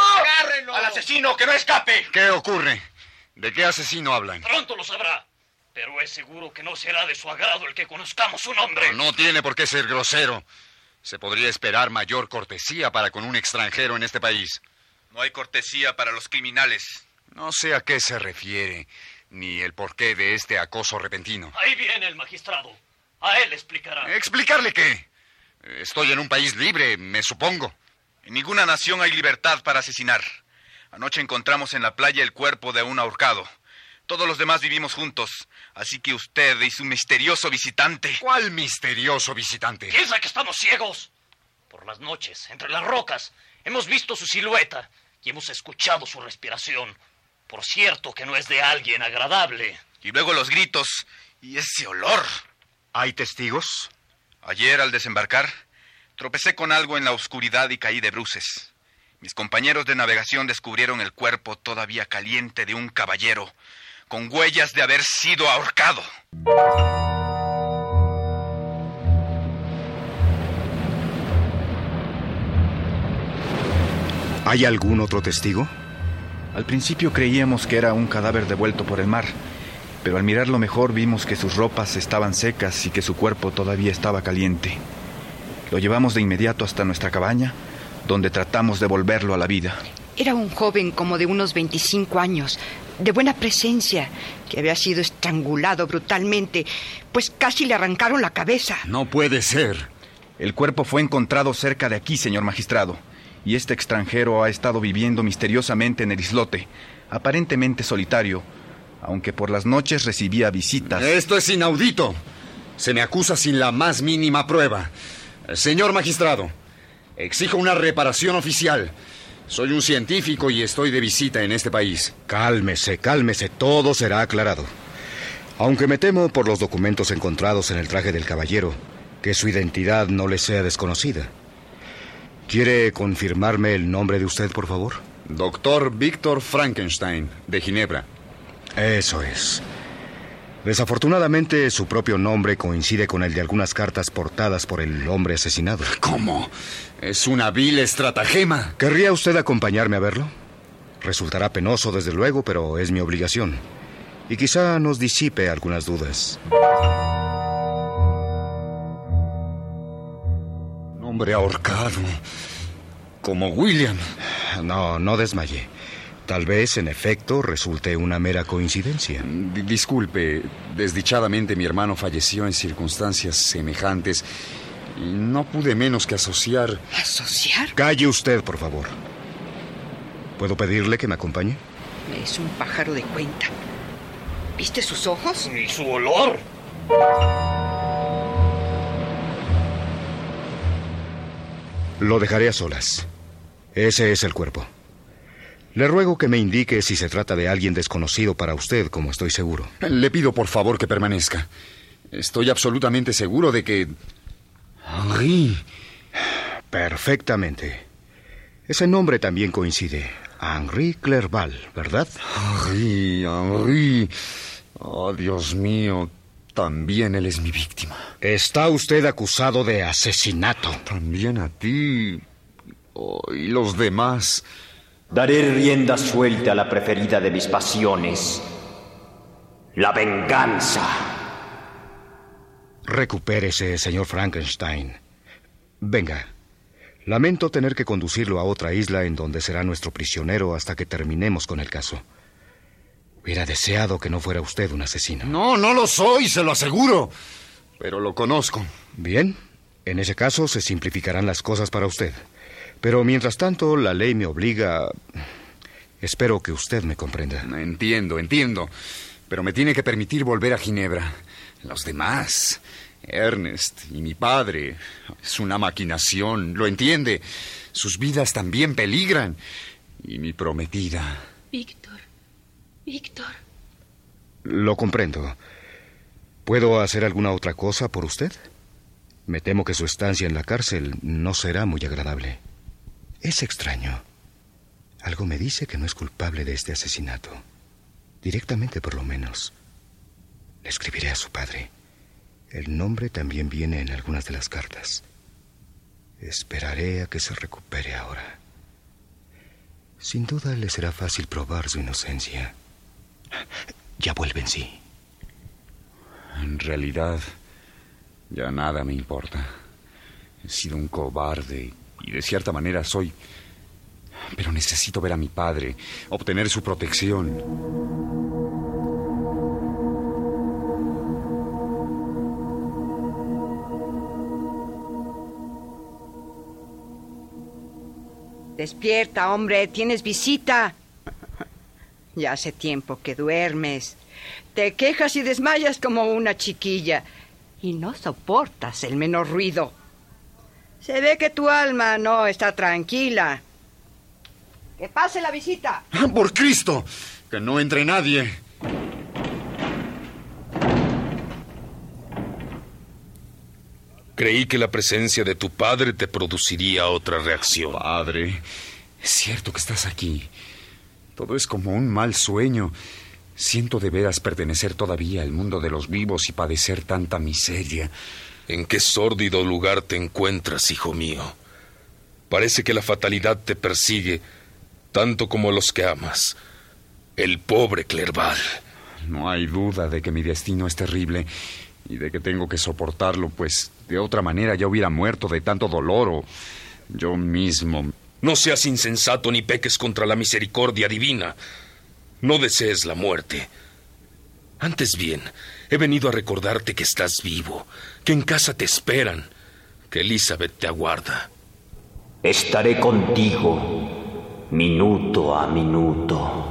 ¡Asesino, que no escape! ¿Qué ocurre? ¿De qué asesino hablan? Pronto lo sabrá. Pero es seguro que no será de su agrado el que conozcamos su nombre. No, no tiene por qué ser grosero. Se podría esperar mayor cortesía para con un extranjero en este país. No hay cortesía para los criminales. No sé a qué se refiere, ni el porqué de este acoso repentino. Ahí viene el magistrado. A él explicará. ¿Explicarle qué? Estoy en un país libre, me supongo. En ninguna nación hay libertad para asesinar. Anoche encontramos en la playa el cuerpo de un ahorcado. Todos los demás vivimos juntos, así que usted y su misterioso visitante... ¿Cuál misterioso visitante? ¿Piensa que estamos ciegos? Por las noches, entre las rocas, hemos visto su silueta y hemos escuchado su respiración. Por cierto que no es de alguien agradable. Y luego los gritos y ese olor. ¿Hay testigos? Ayer, al desembarcar, tropecé con algo en la oscuridad y caí de bruces. Mis compañeros de navegación descubrieron el cuerpo todavía caliente de un caballero, con huellas de haber sido ahorcado. ¿Hay algún otro testigo? Al principio creíamos que era un cadáver devuelto por el mar, pero al mirarlo mejor vimos que sus ropas estaban secas y que su cuerpo todavía estaba caliente. Lo llevamos de inmediato hasta nuestra cabaña, donde tratamos de volverlo a la vida. Era un joven como de unos veinticinco años, de buena presencia, que había sido estrangulado brutalmente, pues casi le arrancaron la cabeza. No puede ser. El cuerpo fue encontrado cerca de aquí, señor magistrado, y este extranjero ha estado viviendo misteriosamente en el islote, aparentemente solitario, aunque por las noches recibía visitas. Esto es inaudito. Se me acusa sin la más mínima prueba. Señor magistrado, exijo una reparación oficial. Soy un científico y estoy de visita en este país. Cálmese, cálmese, todo será aclarado. Aunque me temo por los documentos encontrados en el traje del caballero, que su identidad no le sea desconocida. ¿Quiere confirmarme el nombre de usted, por favor? Doctor Víctor Frankenstein, de Ginebra. Eso es. Desafortunadamente, su propio nombre coincide con el de algunas cartas portadas por el hombre asesinado. ¿Cómo? Es una vil estratagema. ¿Querría usted acompañarme a verlo? Resultará penoso, desde luego, pero es mi obligación. Y quizá nos disipe algunas dudas. Un hombre ahorcado. Como William. No, no desmaye. Tal vez, en efecto, resulte una mera coincidencia. D- disculpe, desdichadamente mi hermano falleció en circunstancias semejantes y no pude menos que asociar... ¿Asociar? Calle usted, por favor. ¿Puedo pedirle que me acompañe? Es un pájaro de cuenta. ¿Viste sus ojos? ¡Y su olor! Lo dejaré a solas. Ese es el cuerpo. Le ruego que me indique si se trata de alguien desconocido para usted, como estoy seguro. Le pido por favor que permanezca. Estoy absolutamente seguro de que... Henri. Perfectamente. Ese nombre también coincide. Henri Clerval, ¿verdad? Henri, Henri. Oh, Dios mío. También él es mi víctima. Está usted acusado de asesinato. También a ti. Oh, y los demás... Daré rienda suelta a la preferida de mis pasiones, la venganza. Recupérese, señor Frankenstein. Venga. Lamento tener que conducirlo a otra isla en donde será nuestro prisionero hasta que terminemos con el caso. Hubiera deseado que no fuera usted un asesino. No, no lo soy, se lo aseguro. Pero lo conozco. Bien. En ese caso se simplificarán las cosas para usted. Pero mientras tanto, la ley me obliga... Espero que usted me comprenda. Entiendo, entiendo. Pero me tiene que permitir volver a Ginebra. Los demás, Ernest y mi padre, es una maquinación, ¿lo entiende? Sus vidas también peligran. Y mi prometida. Víctor, Víctor. Lo comprendo. ¿Puedo hacer alguna otra cosa por usted? Me temo que su estancia en la cárcel no será muy agradable. Es extraño. Algo me dice que no es culpable de este asesinato. Directamente, por lo menos. Le escribiré a su padre. El nombre también viene en algunas de las cartas. Esperaré a que se recupere ahora. Sin duda le será fácil probar su inocencia. Ya vuelve en sí. En realidad, ya nada me importa. He sido un cobarde y de cierta manera soy... Pero necesito ver a mi padre, obtener su protección. Despierta, hombre, tienes visita. Ya hace tiempo que duermes. Te quejas y desmayas como una chiquilla y no soportas el menor ruido. Se ve que tu alma no está tranquila. ¡Que pase la visita! ¡Por Cristo! ¡Que no entre nadie! Creí que la presencia de tu padre te produciría otra reacción. Padre, es cierto que estás aquí. Todo es como un mal sueño. Siento de veras pertenecer todavía al mundo de los vivos y padecer tanta miseria. ¿En qué sórdido lugar te encuentras, hijo mío? Parece que la fatalidad te persigue tanto como los que amas. El pobre Clerval. No hay duda de que mi destino es terrible y de que tengo que soportarlo, pues de otra manera ya hubiera muerto de tanto dolor o yo mismo. No seas insensato ni peques contra la misericordia divina. No desees la muerte. Antes bien, he venido a recordarte que estás vivo, que en casa te esperan, que Elizabeth te aguarda. Estaré contigo, minuto a minuto.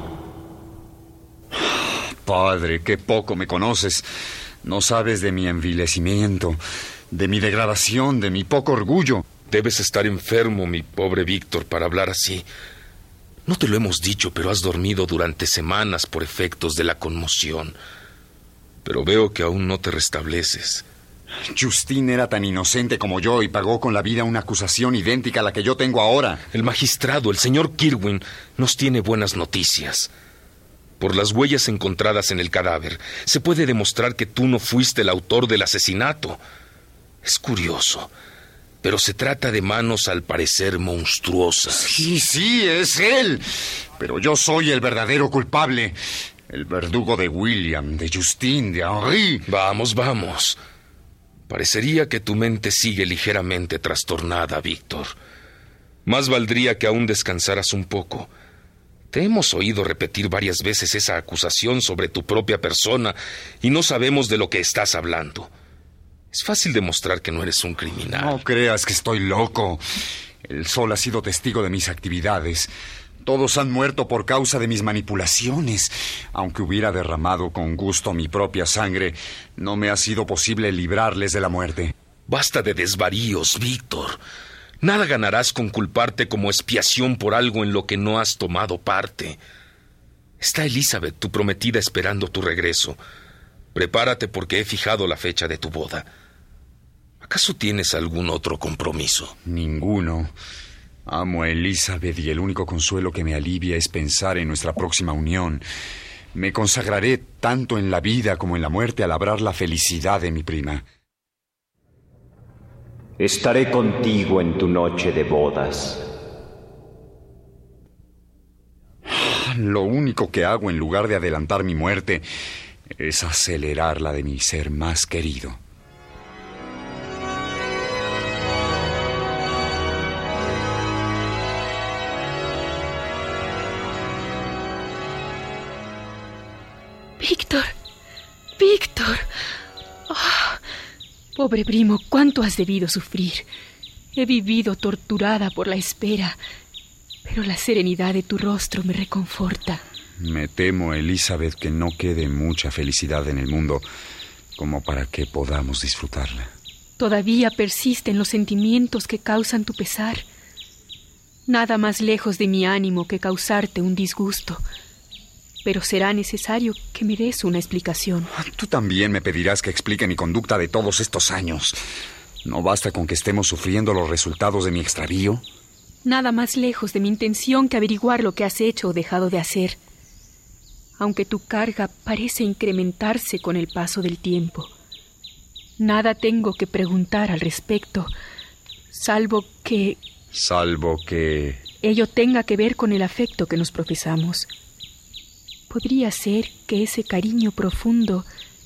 Padre, qué poco me conoces. No sabes de mi envilecimiento, de mi degradación, de mi poco orgullo. Debes estar enfermo, mi pobre Víctor, para hablar así. No te lo hemos dicho, pero has dormido durante semanas por efectos de la conmoción. Pero veo que aún no te restableces. Justine era tan inocente como yo y pagó con la vida una acusación idéntica a la que yo tengo ahora. El magistrado, el señor Kirwin, nos tiene buenas noticias. Por las huellas encontradas en el cadáver, se puede demostrar que tú no fuiste el autor del asesinato. Es curioso, pero se trata de manos al parecer monstruosas. Sí, sí, es él. Pero yo soy el verdadero culpable. El verdugo de William, de Justine, de Henri. Vamos, vamos. Parecería que tu mente sigue ligeramente trastornada, Víctor. Más valdría que aún descansaras un poco. Te hemos oído repetir varias veces esa acusación sobre tu propia persona y no sabemos de lo que estás hablando. Es fácil demostrar que no eres un criminal. No creas que estoy loco. El sol ha sido testigo de mis actividades. Todos han muerto por causa de mis manipulaciones. Aunque hubiera derramado con gusto mi propia sangre, no me ha sido posible librarles de la muerte. Basta de desvaríos, Víctor. Nada ganarás con culparte como expiación por algo en lo que no has tomado parte. Está Elizabeth, tu prometida, esperando tu regreso. Prepárate porque he fijado la fecha de tu boda. ¿Acaso tienes algún otro compromiso? Ninguno. Amo a Elizabeth y el único consuelo que me alivia es pensar en nuestra próxima unión. Me consagraré tanto en la vida como en la muerte a labrar la felicidad de mi prima. Estaré contigo en tu noche de bodas. Lo único que hago en lugar de adelantar mi muerte es acelerar la de mi ser más querido. Víctor, Víctor. Oh, pobre primo, cuánto has debido sufrir. He vivido torturada por la espera, pero la serenidad de tu rostro me reconforta. Me temo, Elizabeth, que no quede mucha felicidad en el mundo como para que podamos disfrutarla. Todavía persisten los sentimientos que causan tu pesar. Nada más lejos de mi ánimo que causarte un disgusto. Pero será necesario que me des una explicación. Tú también me pedirás que explique mi conducta de todos estos años. ¿No basta con que estemos sufriendo los resultados de mi extravío? Nada más lejos de mi intención que averiguar lo que has hecho o dejado de hacer. Aunque tu carga parece incrementarse con el paso del tiempo. Nada tengo que preguntar al respecto, salvo que... Salvo que... ello tenga que ver con el afecto que nos profesamos. Podría ser que ese cariño profundo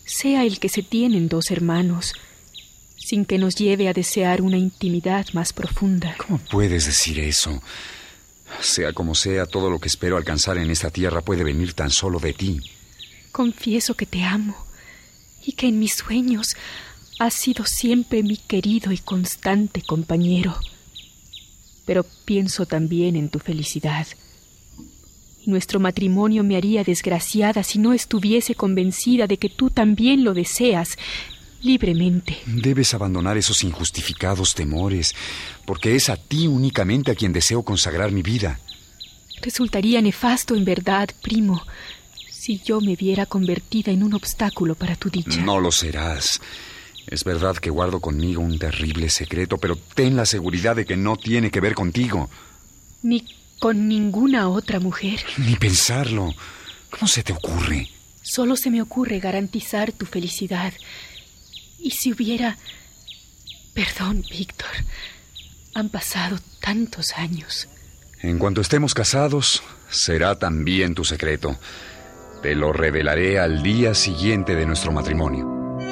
sea el que se tienen dos hermanos, sin que nos lleve a desear una intimidad más profunda. ¿Cómo puedes decir eso? Sea como sea, todo lo que espero alcanzar en esta tierra puede venir tan solo de ti. Confieso que te amo y que en mis sueños has sido siempre mi querido y constante compañero. Pero pienso también en tu felicidad. Nuestro matrimonio me haría desgraciada si no estuviese convencida de que tú también lo deseas libremente. Debes abandonar esos injustificados temores, porque es a ti únicamente a quien deseo consagrar mi vida. Resultaría nefasto en verdad, primo, si yo me viera convertida en un obstáculo para tu dicha. No lo serás. Es verdad que guardo conmigo un terrible secreto, pero ten la seguridad de que no tiene que ver contigo. Ni con ninguna otra mujer. Ni pensarlo. ¿Cómo se te ocurre? Solo se me ocurre garantizar tu felicidad. Y si hubiera... Perdón, Víctor. Han pasado tantos años. En cuanto estemos casados, será también tu secreto. Te lo revelaré al día siguiente de nuestro matrimonio.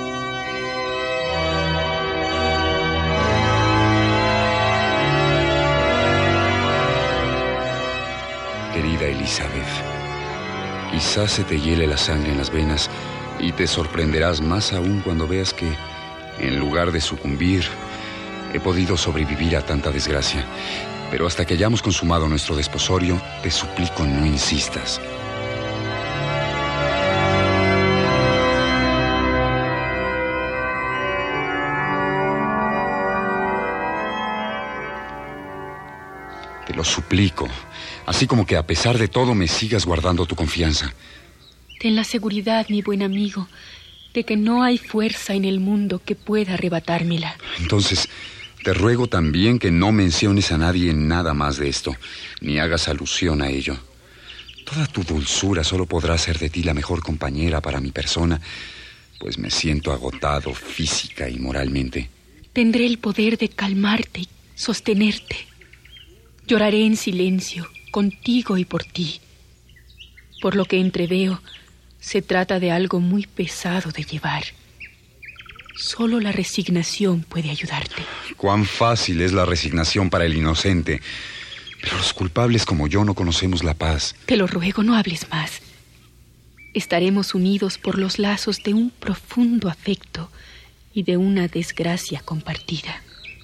Querida Elizabeth, quizás se te hiele la sangre en las venas y te sorprenderás más aún cuando veas que, en lugar de sucumbir, he podido sobrevivir a tanta desgracia. Pero hasta que hayamos consumado nuestro desposorio, te suplico no insistas. Te lo suplico, así como que a pesar de todo me sigas guardando tu confianza. Ten la seguridad, mi buen amigo, de que no hay fuerza en el mundo que pueda arrebatármela. Entonces, te ruego también que no menciones a nadie nada más de esto, ni hagas alusión a ello. Toda tu dulzura solo podrá ser de ti la mejor compañera para mi persona, pues me siento agotado física y moralmente. Tendré el poder de calmarte y sostenerte. Lloraré en silencio, contigo y por ti. Por lo que entreveo, se trata de algo muy pesado de llevar. Solo la resignación puede ayudarte. Cuán fácil es la resignación para el inocente. Pero los culpables como yo no conocemos la paz. Te lo ruego, no hables más. Estaremos unidos por los lazos de un profundo afecto y de una desgracia compartida.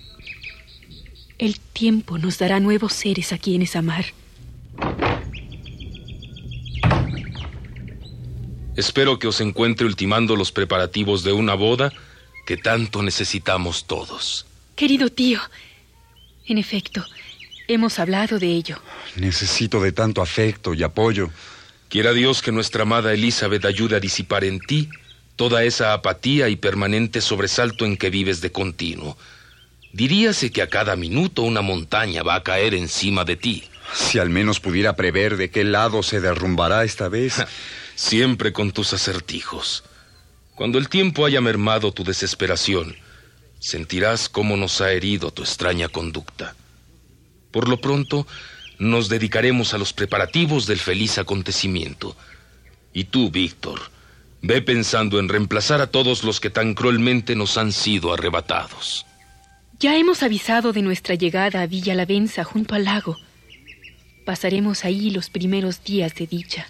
El tiempo nos dará nuevos seres a quienes amar. Espero que os encuentre ultimando los preparativos de una boda que tanto necesitamos todos. Querido tío, en efecto, hemos hablado de ello. Necesito de tanto afecto y apoyo. Quiera Dios que nuestra amada Elizabeth ayude a disipar en ti toda esa apatía y permanente sobresalto en que vives de continuo. Diríase que a cada minuto una montaña va a caer encima de ti. Si al menos pudiera prever de qué lado se derrumbará esta vez. Siempre con tus acertijos. Cuando el tiempo haya mermado tu desesperación, sentirás cómo nos ha herido tu extraña conducta. Por lo pronto, nos dedicaremos a los preparativos del feliz acontecimiento. Y tú, Víctor, ve pensando en reemplazar a todos los que tan cruelmente nos han sido arrebatados. Ya hemos avisado de nuestra llegada a Villa Lavenza junto al lago. Pasaremos ahí los primeros días de dicha.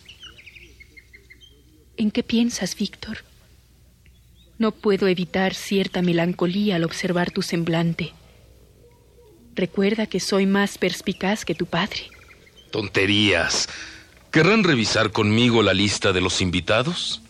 ¿En qué piensas, Víctor? No puedo evitar cierta melancolía al observar tu semblante. Recuerda que soy más perspicaz que tu padre. Tonterías. ¿Querrán revisar conmigo la lista de los invitados?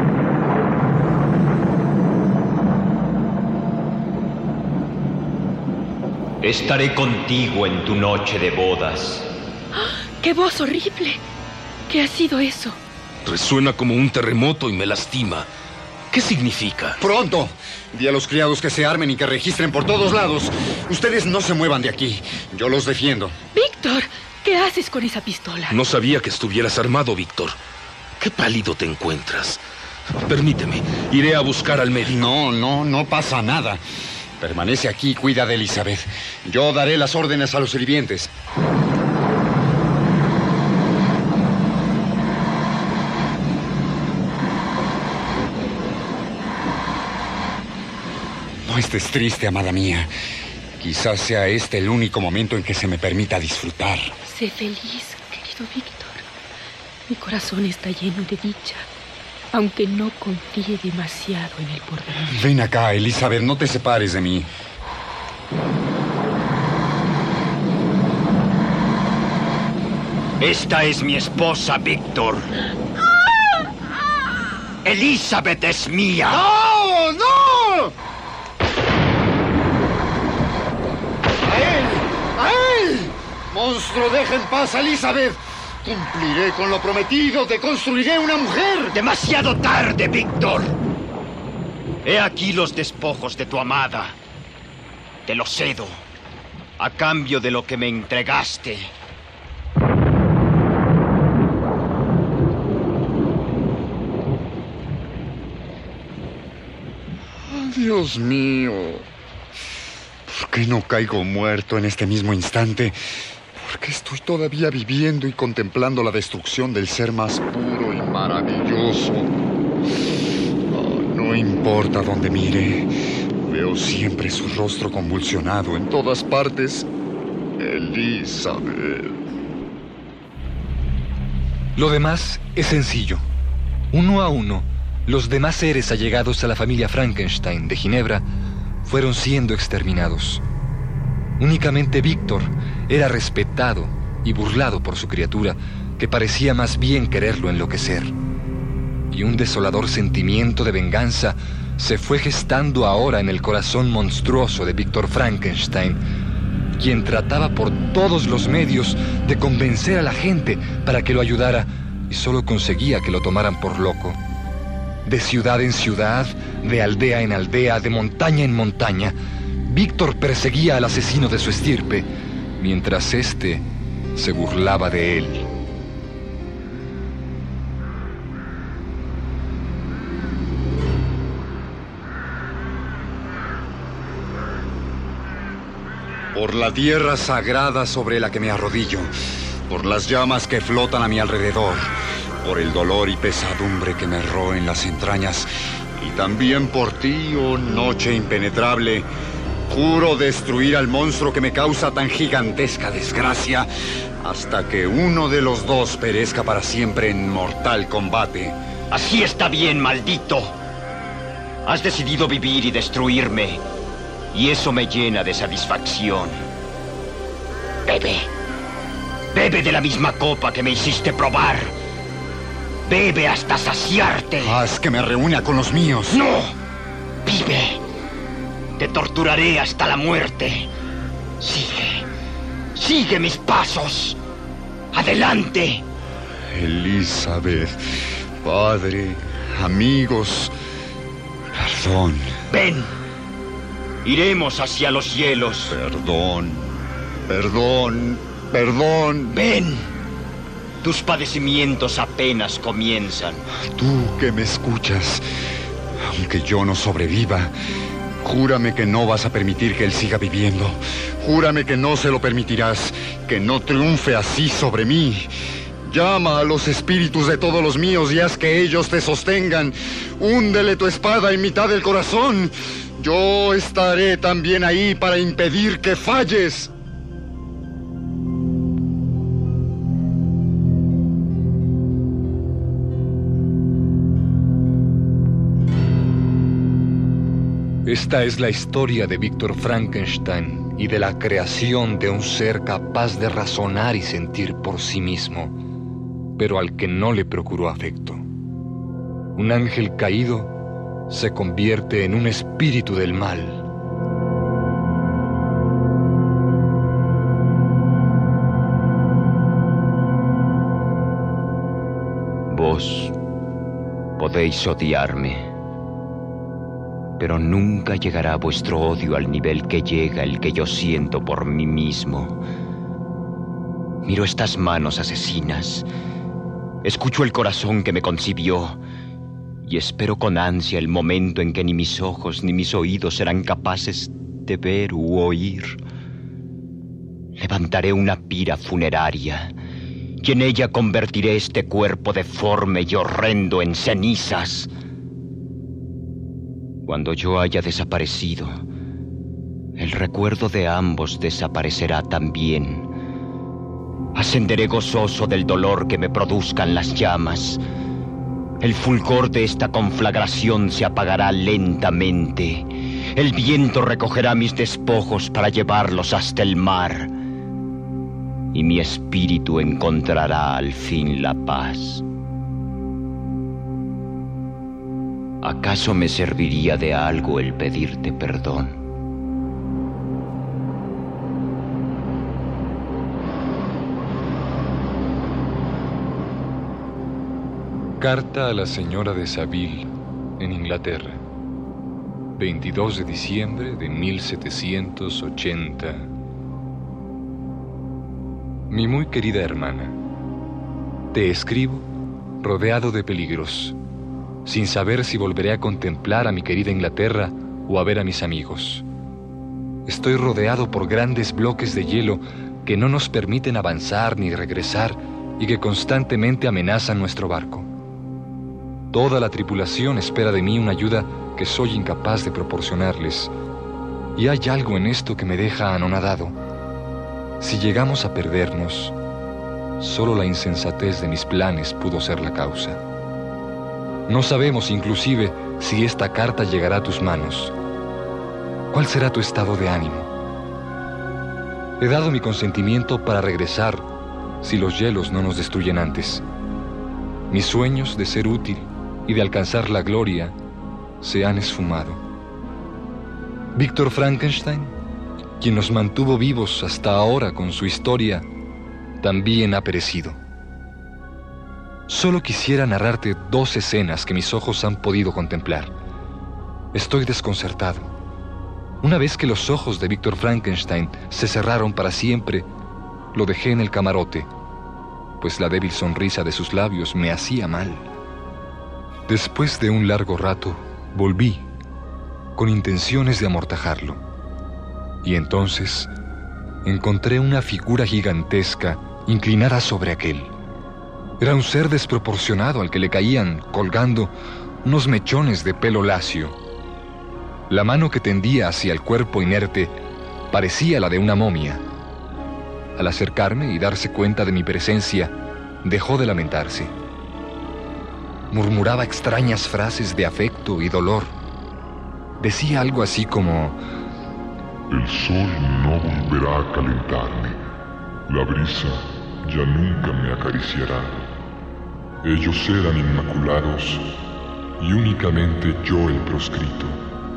Estaré contigo en tu noche de bodas. ¡Qué voz horrible! ¿Qué ha sido eso? Resuena como un terremoto y me lastima. ¿Qué significa? ¡Pronto! Di a los criados que se armen y que registren por todos lados. Ustedes no se muevan de aquí. Yo los defiendo. ¡Víctor! ¿Qué haces con esa pistola? No sabía que estuvieras armado, Víctor. Qué pálido te encuentras. Permíteme, iré a buscar al médico. No, no, no pasa nada. Permanece aquí y cuida de Elizabeth. Yo daré las órdenes a los sirvientes. estés triste, amada mía. Quizás sea este el único momento en que se me permita disfrutar. Sé feliz, querido Víctor. Mi corazón está lleno de dicha, aunque no confíe demasiado en el porvenir. Ven acá, Elizabeth, no te separes de mí. Esta es mi esposa, Víctor. Elizabeth es mía. ¡No! ¡No! ¡A él! ¡A él! ¡Monstruo, deja en paz a Elizabeth! Cumpliré con lo prometido, te construiré una mujer. Demasiado tarde, Víctor. He aquí los despojos de tu amada. Te los cedo, a cambio de lo que me entregaste. Dios mío, ¿por qué no caigo muerto en este mismo instante? ¿Por qué estoy todavía viviendo y contemplando la destrucción del ser más puro y maravilloso? Oh, no importa dónde mire, veo siempre su rostro convulsionado en todas partes. Elizabeth. Lo demás es sencillo. Uno a uno, los demás seres allegados a la familia Frankenstein de Ginebra fueron siendo exterminados. Únicamente Víctor era respetado y burlado por su criatura, que parecía más bien quererlo enloquecer. Y un desolador sentimiento de venganza se fue gestando ahora en el corazón monstruoso de Víctor Frankenstein, quien trataba por todos los medios de convencer a la gente para que lo ayudara, y solo conseguía que lo tomaran por loco. De ciudad en ciudad, de aldea en aldea, de montaña en montaña, Víctor perseguía al asesino de su estirpe, mientras éste se burlaba de él. Por la tierra sagrada sobre la que me arrodillo, por las llamas que flotan a mi alrededor, por el dolor y pesadumbre que me roen las entrañas, y también por ti, oh noche impenetrable, juro destruir al monstruo que me causa tan gigantesca desgracia, hasta que uno de los dos perezca para siempre en mortal combate. Así está bien, maldito. Has decidido vivir y destruirme, y eso me llena de satisfacción. Bebe. Bebe de la misma copa que me hiciste probar. Bebe hasta saciarte. Haz que me reúna con los míos. ¡No! Vive. Te torturaré hasta la muerte. Sigue. Sigue mis pasos. Adelante. Elizabeth, padre, amigos, perdón. Ven. Iremos hacia los cielos. Perdón, perdón, perdón. Ven. Tus padecimientos apenas comienzan. Tú que me escuchas, aunque yo no sobreviva, júrame que no vas a permitir que él siga viviendo. Júrame que no se lo permitirás, que no triunfe así sobre mí. Llama a los espíritus de todos los míos y haz que ellos te sostengan. Húndele tu espada en mitad del corazón. Yo estaré también ahí para impedir que falles. Esta es la historia de Víctor Frankenstein y de la creación de un ser capaz de razonar y sentir por sí mismo, pero al que no le procuró afecto. Un ángel caído se convierte en un espíritu del mal. Vos podéis odiarme, pero nunca llegará vuestro odio al nivel que llega el que yo siento por mí mismo. Miro estas manos asesinas, escucho el corazón que me concibió y espero con ansia el momento en que ni mis ojos ni mis oídos serán capaces de ver u oír. Levantaré una pira funeraria y en ella convertiré este cuerpo deforme y horrendo en cenizas. Cuando yo haya desaparecido, el recuerdo de ambos desaparecerá también. Ascenderé gozoso del dolor que me produzcan las llamas. El fulgor de esta conflagración se apagará lentamente. El viento recogerá mis despojos para llevarlos hasta el mar. Y mi espíritu encontrará al fin la paz. ¿Acaso me serviría de algo el pedirte perdón? Carta a la señora de Saville, en Inglaterra, veintidós de diciembre de mil setecientos ochenta. Mi muy querida hermana, te escribo rodeado de peligros, sin saber si volveré a contemplar a mi querida Inglaterra o a ver a mis amigos. Estoy rodeado por grandes bloques de hielo que no nos permiten avanzar ni regresar y que constantemente amenazan nuestro barco. Toda la tripulación espera de mí una ayuda que soy incapaz de proporcionarles. Y hay algo en esto que me deja anonadado. Si llegamos a perdernos, solo la insensatez de mis planes pudo ser la causa. No sabemos inclusive si esta carta llegará a tus manos. ¿Cuál será tu estado de ánimo? He dado mi consentimiento para regresar si los hielos no nos destruyen antes. Mis sueños de ser útil y de alcanzar la gloria se han esfumado. Víctor Frankenstein, quien nos mantuvo vivos hasta ahora con su historia, también ha perecido. Solo quisiera narrarte dos escenas que mis ojos han podido contemplar. Estoy desconcertado. Una vez que los ojos de Víctor Frankenstein se cerraron para siempre, lo dejé en el camarote, pues la débil sonrisa de sus labios me hacía mal. Después de un largo rato, volví, con intenciones de amortajarlo. Y entonces encontré una figura gigantesca inclinada sobre aquel. Era un ser desproporcionado al que le caían, colgando, unos mechones de pelo lacio. La mano que tendía hacia el cuerpo inerte parecía la de una momia. Al acercarme y darse cuenta de mi presencia, dejó de lamentarse. Murmuraba extrañas frases de afecto y dolor. Decía algo así como: el sol no volverá a calentarme, la brisa ya nunca me acariciará. Ellos eran inmaculados y únicamente yo el proscrito.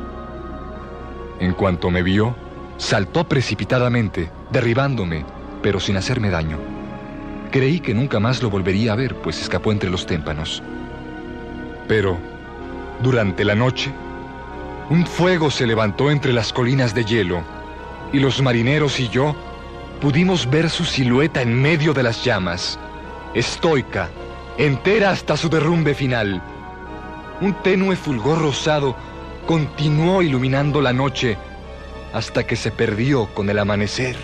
En cuanto me vio, saltó precipitadamente, derribándome, pero sin hacerme daño. Creí que nunca más lo volvería a ver, pues escapó entre los témpanos. Pero, durante la noche, un fuego se levantó entre las colinas de hielo, y los marineros y yo pudimos ver su silueta en medio de las llamas, estoica, entera hasta su derrumbe final. Un tenue fulgor rosado continuó iluminando la noche hasta que se perdió con el amanecer.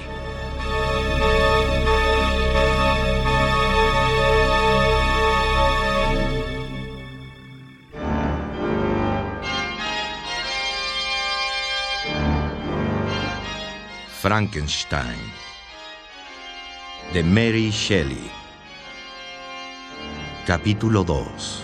Frankenstein, de Mary Shelley. Capítulo dos.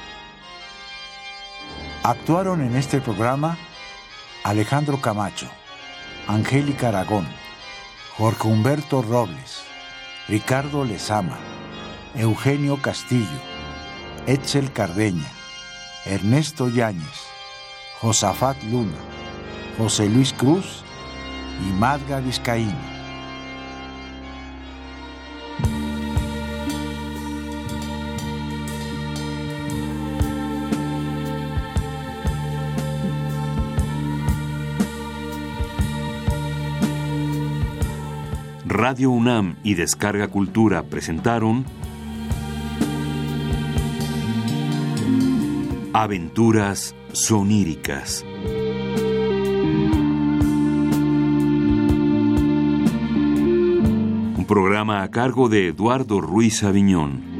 Actuaron en este programa Alejandro Camacho, Angélica Aragón, Jorge Humberto Robles, Ricardo Lezama, Eugenio Castillo, Etzel Cardeña, Ernesto Yáñez, Josafat Luna, José Luis Cruz y Madga Vizcaíno. Radio UNAM y Descarga Cultura presentaron Aventuras soníricas. Un programa a cargo de Eduardo Ruiz Aviñón.